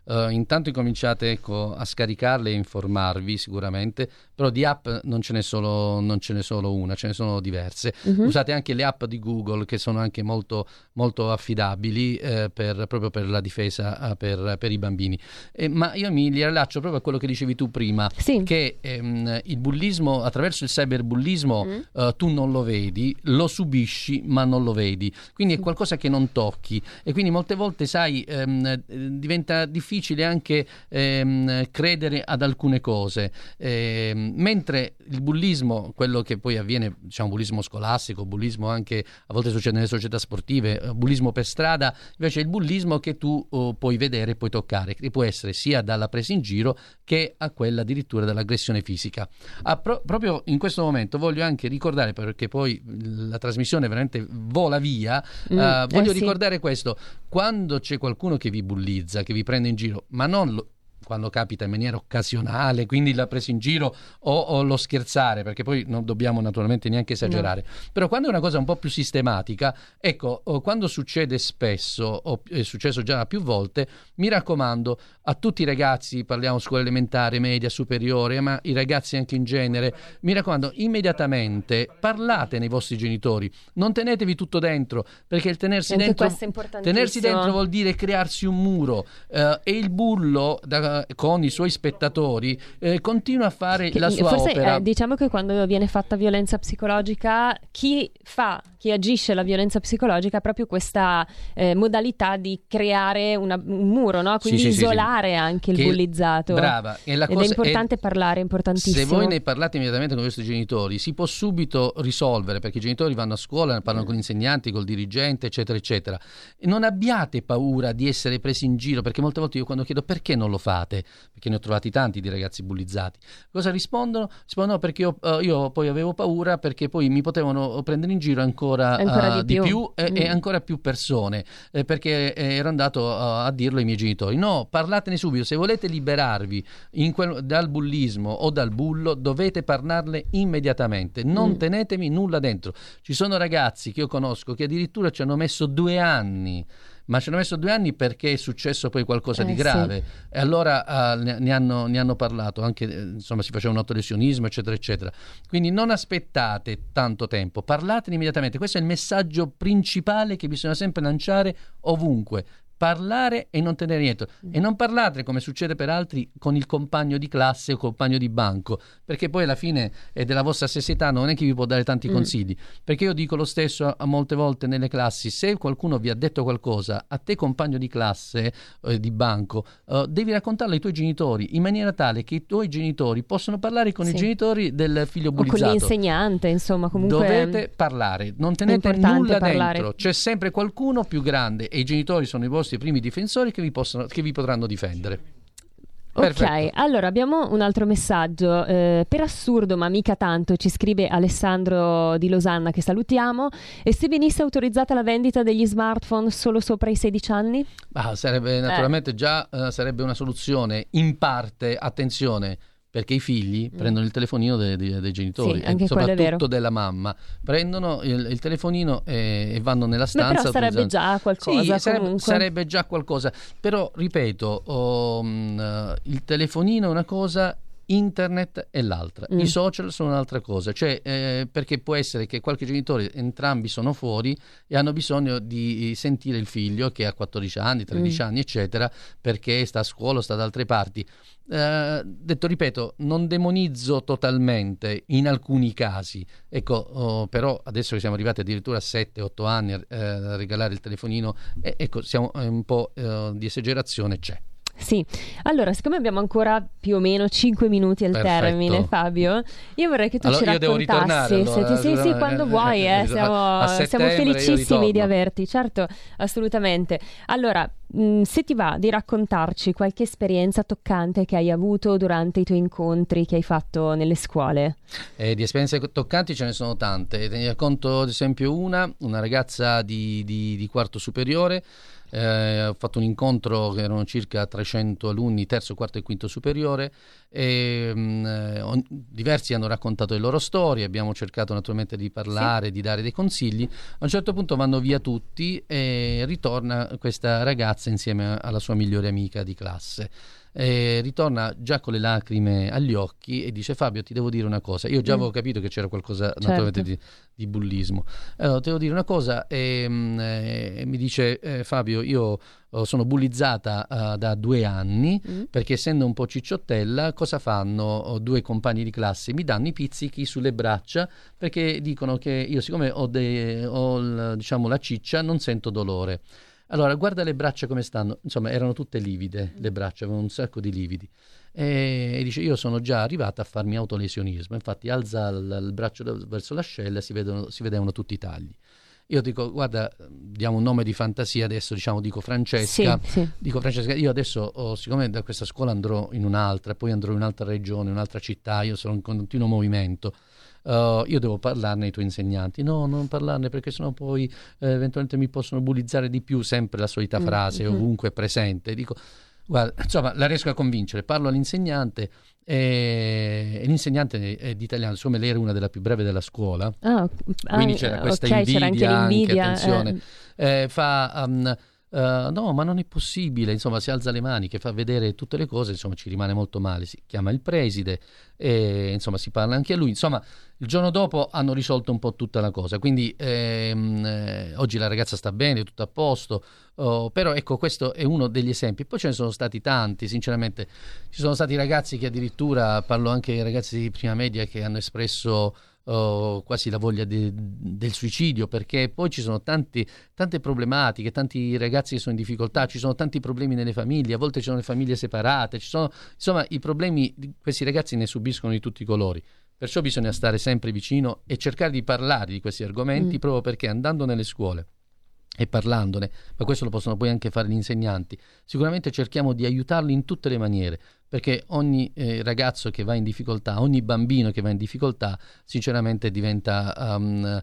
uh, intanto incominciate ecco, a scaricarle e informarvi sicuramente, però di app non ce n'è solo, non ce n'è solo una, ce ne sono diverse. Uh-huh. Usate anche le app di Google che sono anche molto, molto affidabili eh, per, proprio per la difesa eh, per, per i bambini. Eh, ma io mi riallaccio proprio a quello che dicevi tu prima, sì. che ehm, il bullismo, attraverso il cyberbullismo, mm. eh, tu non lo vedi, lo subisci ma non lo vedi, quindi è qualcosa che non tocchi e quindi molte volte sai ehm, diventa difficile anche ehm, credere ad alcune cose, ehm, mentre il bullismo, quello che poi avviene, diciamo bullismo scolastico, bullismo anche a volte succede nelle società sportive, bullismo per strada, invece è il bullismo che tu oh, puoi vedere e puoi toccare, che può essere sia dalla presa in giro che a quella addirittura dell'aggressione fisica. Ah, pro- proprio in questo momento voglio anche ricordare, perché poi la trasmissione veramente vola via, mm, uh, voglio eh sì. ricordare questo: quando c'è qualcuno che vi bullizza, che vi prende in giro, ma non lo, quando capita in maniera occasionale, quindi la presa in giro o, o lo scherzare, perché poi non dobbiamo naturalmente neanche esagerare, no. Però quando è una cosa un po' più sistematica, ecco, quando succede spesso, o è successo già più volte, mi raccomando a tutti i ragazzi, parliamo scuola elementare, media, superiore, ma i ragazzi anche in genere, mi raccomando, immediatamente parlate nei vostri genitori, non tenetevi tutto dentro, perché il tenersi anche dentro tenersi dentro vuol dire crearsi un muro, eh, e il bullo da con i suoi spettatori eh, continua a fare che, la sua forse, opera. Eh, diciamo che quando viene fatta violenza psicologica, chi fa, chi agisce la violenza psicologica ha proprio questa eh, modalità di creare una, un muro, no? Quindi sì, sì, isolare sì, sì. anche il che, bullizzato. Brava. E la Ed cosa è importante è, parlare, è importantissimo. Se voi ne parlate immediatamente con i vostri genitori, si può subito risolvere, perché i genitori vanno a scuola, parlano con gli insegnanti, col dirigente, eccetera, eccetera. E non abbiate paura di essere presi in giro, perché molte volte io quando chiedo perché non lo fate, perché ne ho trovati tanti di ragazzi bullizzati, cosa rispondono? Rispondono no, perché io, uh, io poi avevo paura, perché poi mi potevano prendere in giro ancora, ancora uh, di più, di più e, mm. e ancora più persone, eh, perché ero andato uh, a dirlo ai miei genitori. No, parlatene subito, se volete liberarvi in quel, dal bullismo o dal bullo dovete parlarne immediatamente, non mm. tenetevi nulla dentro. Ci sono ragazzi che io conosco che addirittura ci hanno messo due anni, ma ci hanno messo due anni perché è successo poi qualcosa eh, di grave, sì. E allora uh, ne, ne, hanno, ne hanno parlato anche, eh, insomma si faceva un autolesionismo eccetera eccetera, quindi non aspettate tanto tempo, parlatene immediatamente. Questo è il messaggio principale che bisogna sempre lanciare ovunque: parlare e non tenere niente, e non parlate come succede per altri con il compagno di classe o compagno di banco, perché poi alla fine è della vostra stessa età, non è che vi può dare tanti mm. consigli, perché io dico lo stesso a, a molte volte nelle classi: se qualcuno vi ha detto qualcosa, a te compagno di classe, eh, di banco, eh, devi raccontarlo ai tuoi genitori in maniera tale che i tuoi genitori possano parlare con sì. i genitori del figlio bullizzato, o con l'insegnante, insomma. Comunque dovete parlare, non tenete nulla parlare. Dentro, c'è sempre qualcuno più grande e i genitori sono i vostri i primi difensori che vi, possono, che vi potranno difendere. Perfetto. Ok, allora abbiamo un altro messaggio. Eh, per assurdo, ma mica tanto, ci scrive Alessandro di Losanna, che salutiamo. E se venisse autorizzata la vendita degli smartphone solo sopra i sedici anni? Ah, sarebbe naturalmente eh. già uh, sarebbe una soluzione in parte, attenzione, perché i figli mm. prendono il telefonino dei, dei, dei genitori, sì, anche e soprattutto quello è vero. della mamma, prendono il, il telefonino e, e vanno nella stanza. Ma però sarebbe già qualcosa, sì, sarebbe, sarebbe già qualcosa, però ripeto, um, uh, il telefonino è una cosa, internet è l'altra, mm. i social sono un'altra cosa, cioè eh, perché può essere che qualche genitore, entrambi sono fuori e hanno bisogno di sentire il figlio che ha quattordici anni, tredici mm. anni eccetera, perché sta a scuola o sta da altre parti. Uh, detto, ripeto, non demonizzo totalmente in alcuni casi, ecco, oh, però adesso che siamo arrivati addirittura a sette otto anni a, eh, a regalare il telefonino, eh, ecco, siamo un po' eh, di esagerazione c'è. Sì, allora siccome abbiamo ancora più o meno cinque minuti al Perfetto. termine, Fabio, io vorrei che tu allora, ci raccontassi, allora, se ti, sì, sì, quando vuoi, eh, siamo, siamo felicissimi di averti, certo, assolutamente. Allora, mh, se ti va di raccontarci qualche esperienza toccante che hai avuto durante i tuoi incontri che hai fatto nelle scuole. Eh, di esperienze toccanti ce ne sono tante, te ne racconto ad esempio una, una ragazza di, di, di quarto superiore. Eh, ho fatto un incontro che erano circa trecento alunni, terzo, quarto e quinto superiore, e mh, on, diversi hanno raccontato le loro storie, abbiamo cercato naturalmente di parlare, sì. di dare dei consigli. A un certo punto vanno via tutti e ritorna questa ragazza ragazza insieme alla sua migliore amica di classe. E ritorna già con le lacrime agli occhi e dice: Fabio, ti devo dire una cosa. Io già avevo capito che c'era qualcosa naturalmente di, di bullismo. Allora, ti devo dire una cosa e, e mi dice eh, Fabio, io sono bullizzata uh, da due anni mm. perché essendo un po' cicciottella, cosa fanno due compagni di classe? Mi danno i pizzichi sulle braccia perché dicono che io, siccome ho, de, ho l, diciamo la ciccia, non sento dolore. Allora, guarda le braccia come stanno, insomma, erano tutte livide, le braccia, avevano un sacco di lividi. E, e dice, io sono già arrivata a farmi autolesionismo, infatti alza il, il braccio verso l'ascella e si vedono, si vedevano tutti i tagli. Io dico, guarda, diamo un nome di fantasia adesso, diciamo, dico Francesca, sì, sì. dico Francesca, io adesso, oh, siccome da questa scuola andrò in un'altra, poi andrò in un'altra regione, un'altra città, io sono in continuo movimento, Uh, io devo parlarne ai tuoi insegnanti. No, non parlarne perché sennò poi eh, eventualmente mi possono bullizzare di più, sempre la solita frase, mm-hmm. ovunque presente. Dico, guarda, insomma, la riesco a convincere, parlo all'insegnante e, e l'insegnante è di italiano, insomma lei era una delle più breve della scuola, ah, quindi c'era questa okay, invidia, c'era anche, l'invidia, anche attenzione, eh. Eh, fa... Um, Uh, no, ma non è possibile, insomma, si alza le mani, che fa vedere tutte le cose, insomma, ci rimane molto male, si chiama il preside e insomma si parla anche a lui, insomma, il giorno dopo hanno risolto un po' tutta la cosa, quindi ehm, eh, oggi la ragazza sta bene, tutto a posto, oh, però ecco, questo è uno degli esempi. Poi ce ne sono stati tanti, sinceramente, ci sono stati ragazzi che addirittura, parlo anche ai ragazzi di prima media, che hanno espresso Oh, quasi la voglia de, del suicidio, perché poi ci sono tanti, tante problematiche, tanti ragazzi che sono in difficoltà, ci sono tanti problemi nelle famiglie, a volte ci sono le famiglie separate, ci sono, insomma, i problemi di questi ragazzi ne subiscono di tutti i colori, perciò bisogna stare sempre vicino e cercare di parlare di questi argomenti, mm. proprio perché andando nelle scuole e parlandone, ma questo lo possono poi anche fare gli insegnanti, sicuramente cerchiamo di aiutarli in tutte le maniere, perché ogni eh, ragazzo che va in difficoltà, ogni bambino che va in difficoltà, sinceramente diventa um,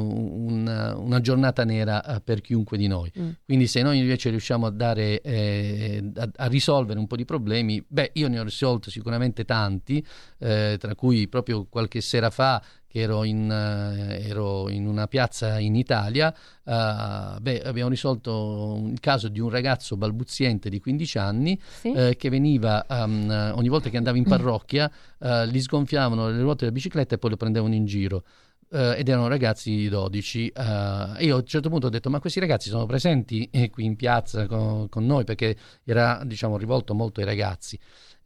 un, una giornata nera uh, per chiunque di noi. Mm. Quindi se noi invece riusciamo a dare eh, a, a risolvere un po' di problemi, beh, io ne ho risolto sicuramente tanti, eh, tra cui proprio qualche sera fa che ero in, uh, ero in una piazza in Italia, uh, beh, abbiamo risolto il caso di un ragazzo balbuziente di quindici anni, sì? uh, che veniva, um, ogni volta che andava in parrocchia, uh, gli sgonfiavano le ruote della bicicletta e poi lo prendevano in giro. Uh, ed erano ragazzi di dodici. Uh, io a un certo punto ho detto, ma questi ragazzi sono presenti eh, qui in piazza con, con noi, perché era, diciamo, rivolto molto ai ragazzi.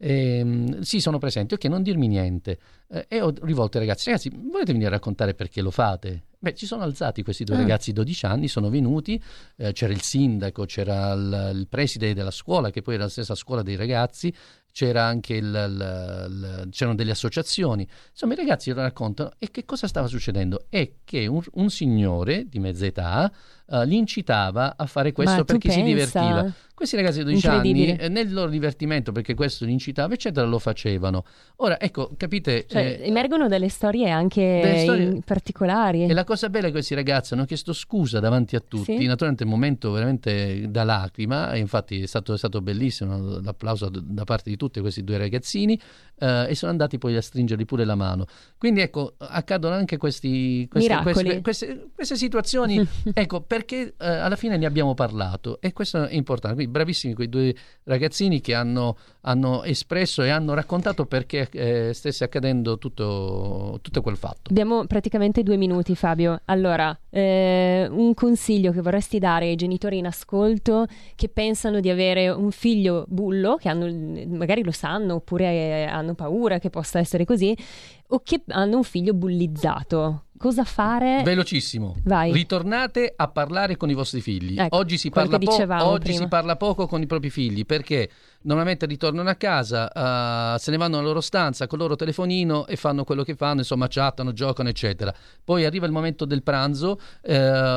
E, sì, sono presenti, ok, non dirmi niente. Eh, e ho rivolto ai ragazzi, ragazzi, volete venire a raccontare perché lo fate? Beh, ci sono alzati questi due ah. ragazzi di dodici anni, sono venuti, eh, c'era il sindaco, c'era il, il preside della scuola, che poi era la stessa scuola dei ragazzi, c'era anche il, il, il, c'erano delle associazioni, insomma i ragazzi lo raccontano. E che cosa stava succedendo? È che un, un signore di mezza età uh, li incitava a fare questo perché pensa? si divertiva. Questi ragazzi di dodici anni, eh, nel loro divertimento, perché questo li incitava, eccetera, lo facevano. Ora, ecco, capite... Cioè, eh, emergono delle storie anche delle storie... particolari. E la cosa bella è che questi ragazzi hanno chiesto scusa davanti a tutti, sì? Naturalmente un momento veramente da lacrima, e infatti è stato, è stato bellissimo l'applauso da parte di tutti questi due ragazzini, eh, e sono andati poi a stringergli pure la mano. Quindi ecco, accadono anche questi, questi, queste, queste, queste situazioni, ecco, perché eh, alla fine ne abbiamo parlato, e questo è importante. Quindi bravissimi quei due ragazzini che hanno, hanno espresso e hanno raccontato perché eh, stesse accadendo tutto, tutto quel fatto. Abbiamo praticamente due minuti, Fabio. Allora, eh, un consiglio che vorresti dare ai genitori in ascolto che pensano di avere un figlio bullo, che hanno, magari lo sanno oppure hanno paura che possa essere così, o che hanno un figlio bullizzato. Cosa fare? Velocissimo. Vai. Ritornate a parlare con i vostri figli. Ecco, oggi si parla, po- oggi si parla poco con i propri figli, perché normalmente ritornano a casa, uh, se ne vanno nella loro stanza con il loro telefonino e fanno quello che fanno, insomma chattano, giocano, eccetera. Poi arriva il momento del pranzo, uh,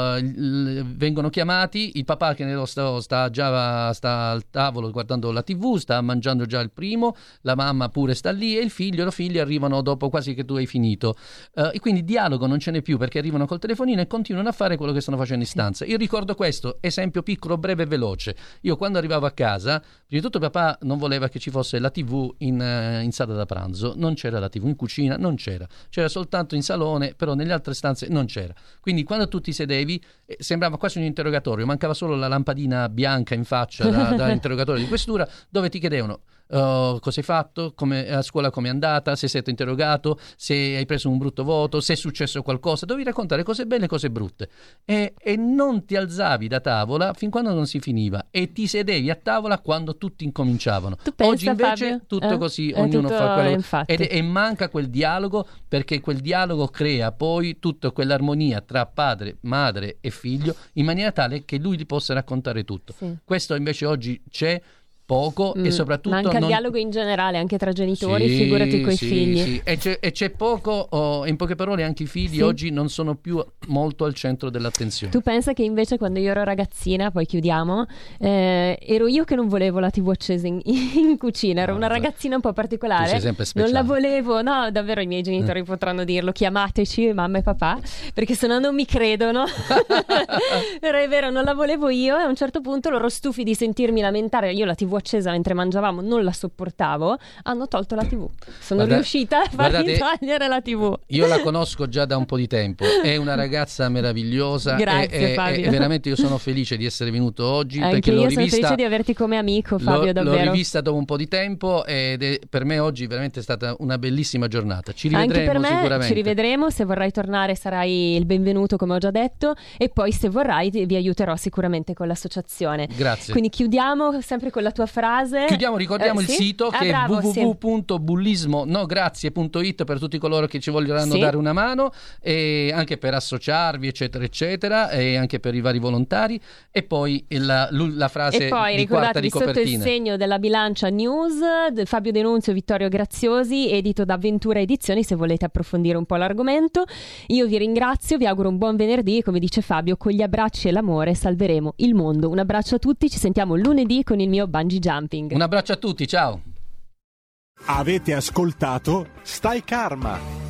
l- vengono chiamati, il papà che ne sta, sta già sta al tavolo guardando la tivù, sta mangiando già il primo, la mamma pure sta lì, e il figlio e la figlia arrivano dopo quasi che tu hai finito. Uh, e quindi dialogano non ce n'è più perché arrivano col telefonino e continuano a fare quello che stanno facendo in stanza. Io ricordo questo, esempio piccolo, breve e veloce. Io quando arrivavo a casa, prima di tutto papà non voleva che ci fosse la tivù in, uh, in sala da pranzo, non c'era la tivù in cucina, non c'era, c'era soltanto in salone, però nelle altre stanze non c'era. Quindi quando tu ti sedevi eh, sembrava quasi un interrogatorio, mancava solo la lampadina bianca in faccia da, da interrogatorio di questura, dove ti chiedevano Uh, cosa hai fatto, come, a scuola com'è andata, se sei stato interrogato, se hai preso un brutto voto, se è successo qualcosa, dovevi raccontare cose belle e cose brutte e, e non ti alzavi da tavola fin quando non si finiva e ti sedevi a tavola quando tutti incominciavano. Pensa, oggi invece Fabio? tutto eh? così, È ognuno tutto, fa quello infatti. ed, e manca quel dialogo, perché quel dialogo crea poi tutta quell'armonia tra padre, madre e figlio in maniera tale che lui gli possa raccontare tutto. Sì. Questo invece oggi c'è poco Mm, e soprattutto manca il non... dialogo in generale anche tra genitori, Sì, figurati coi sì, figli. sì. E, c'è, e c'è poco, oh, in poche parole anche i figli Sì. oggi non sono più molto al centro dell'attenzione. Tu pensa che invece quando io ero ragazzina, poi chiudiamo, eh, ero io che non volevo la tivù accesa in, in cucina, ero No, una beh, ragazzina un po' particolare, tu sei sempre non speciale. la volevo, no, davvero i miei genitori Eh. potranno dirlo, chiamateci mamma e papà, perché sennò non mi credono. Però è vero, non la volevo io e a un certo punto loro, stufi di sentirmi lamentare, io la tivù accesa mentre mangiavamo non la sopportavo, hanno tolto la tivù. Sono Guarda- riuscita a farmi guardate, togliere la tivù. Io la conosco già da un po' di tempo, è una ragazza meravigliosa. Grazie, e, e- Fabio. e veramente io sono felice di essere venuto oggi Anche perché io l'ho sono rivista, felice di averti come amico, Fabio, l'ho, davvero. l'ho rivista dopo un po' di tempo ed è per me oggi veramente stata una bellissima giornata. Ci rivedremo Anche per me sicuramente. ci rivedremo, se vorrai tornare sarai il benvenuto come ho già detto e poi se vorrai ti- vi aiuterò sicuramente con l'associazione. Grazie. Quindi chiudiamo sempre con la tua frase. Chiudiamo, ricordiamo Eh, il sì? sito Ah, che bravo, è sì. w w w punto bullismo no grazie punto it per tutti coloro che ci vogliono Sì. dare una mano e anche per associarvi eccetera eccetera e anche per i vari volontari e poi la, lu- la frase E poi di quarta ricordatevi di sotto il copertina. segno della bilancia news del Fabio Denunzio, Vittorio Graziosi, edito da Ventura Edizioni, se volete approfondire un po' l'argomento. Io vi ringrazio, vi auguro un buon venerdì e come dice Fabio, con gli abbracci e l'amore salveremo il mondo. Un abbraccio a tutti, ci sentiamo lunedì con il mio bungee jumping. Un abbraccio a tutti, ciao. Avete ascoltato Stai Karma.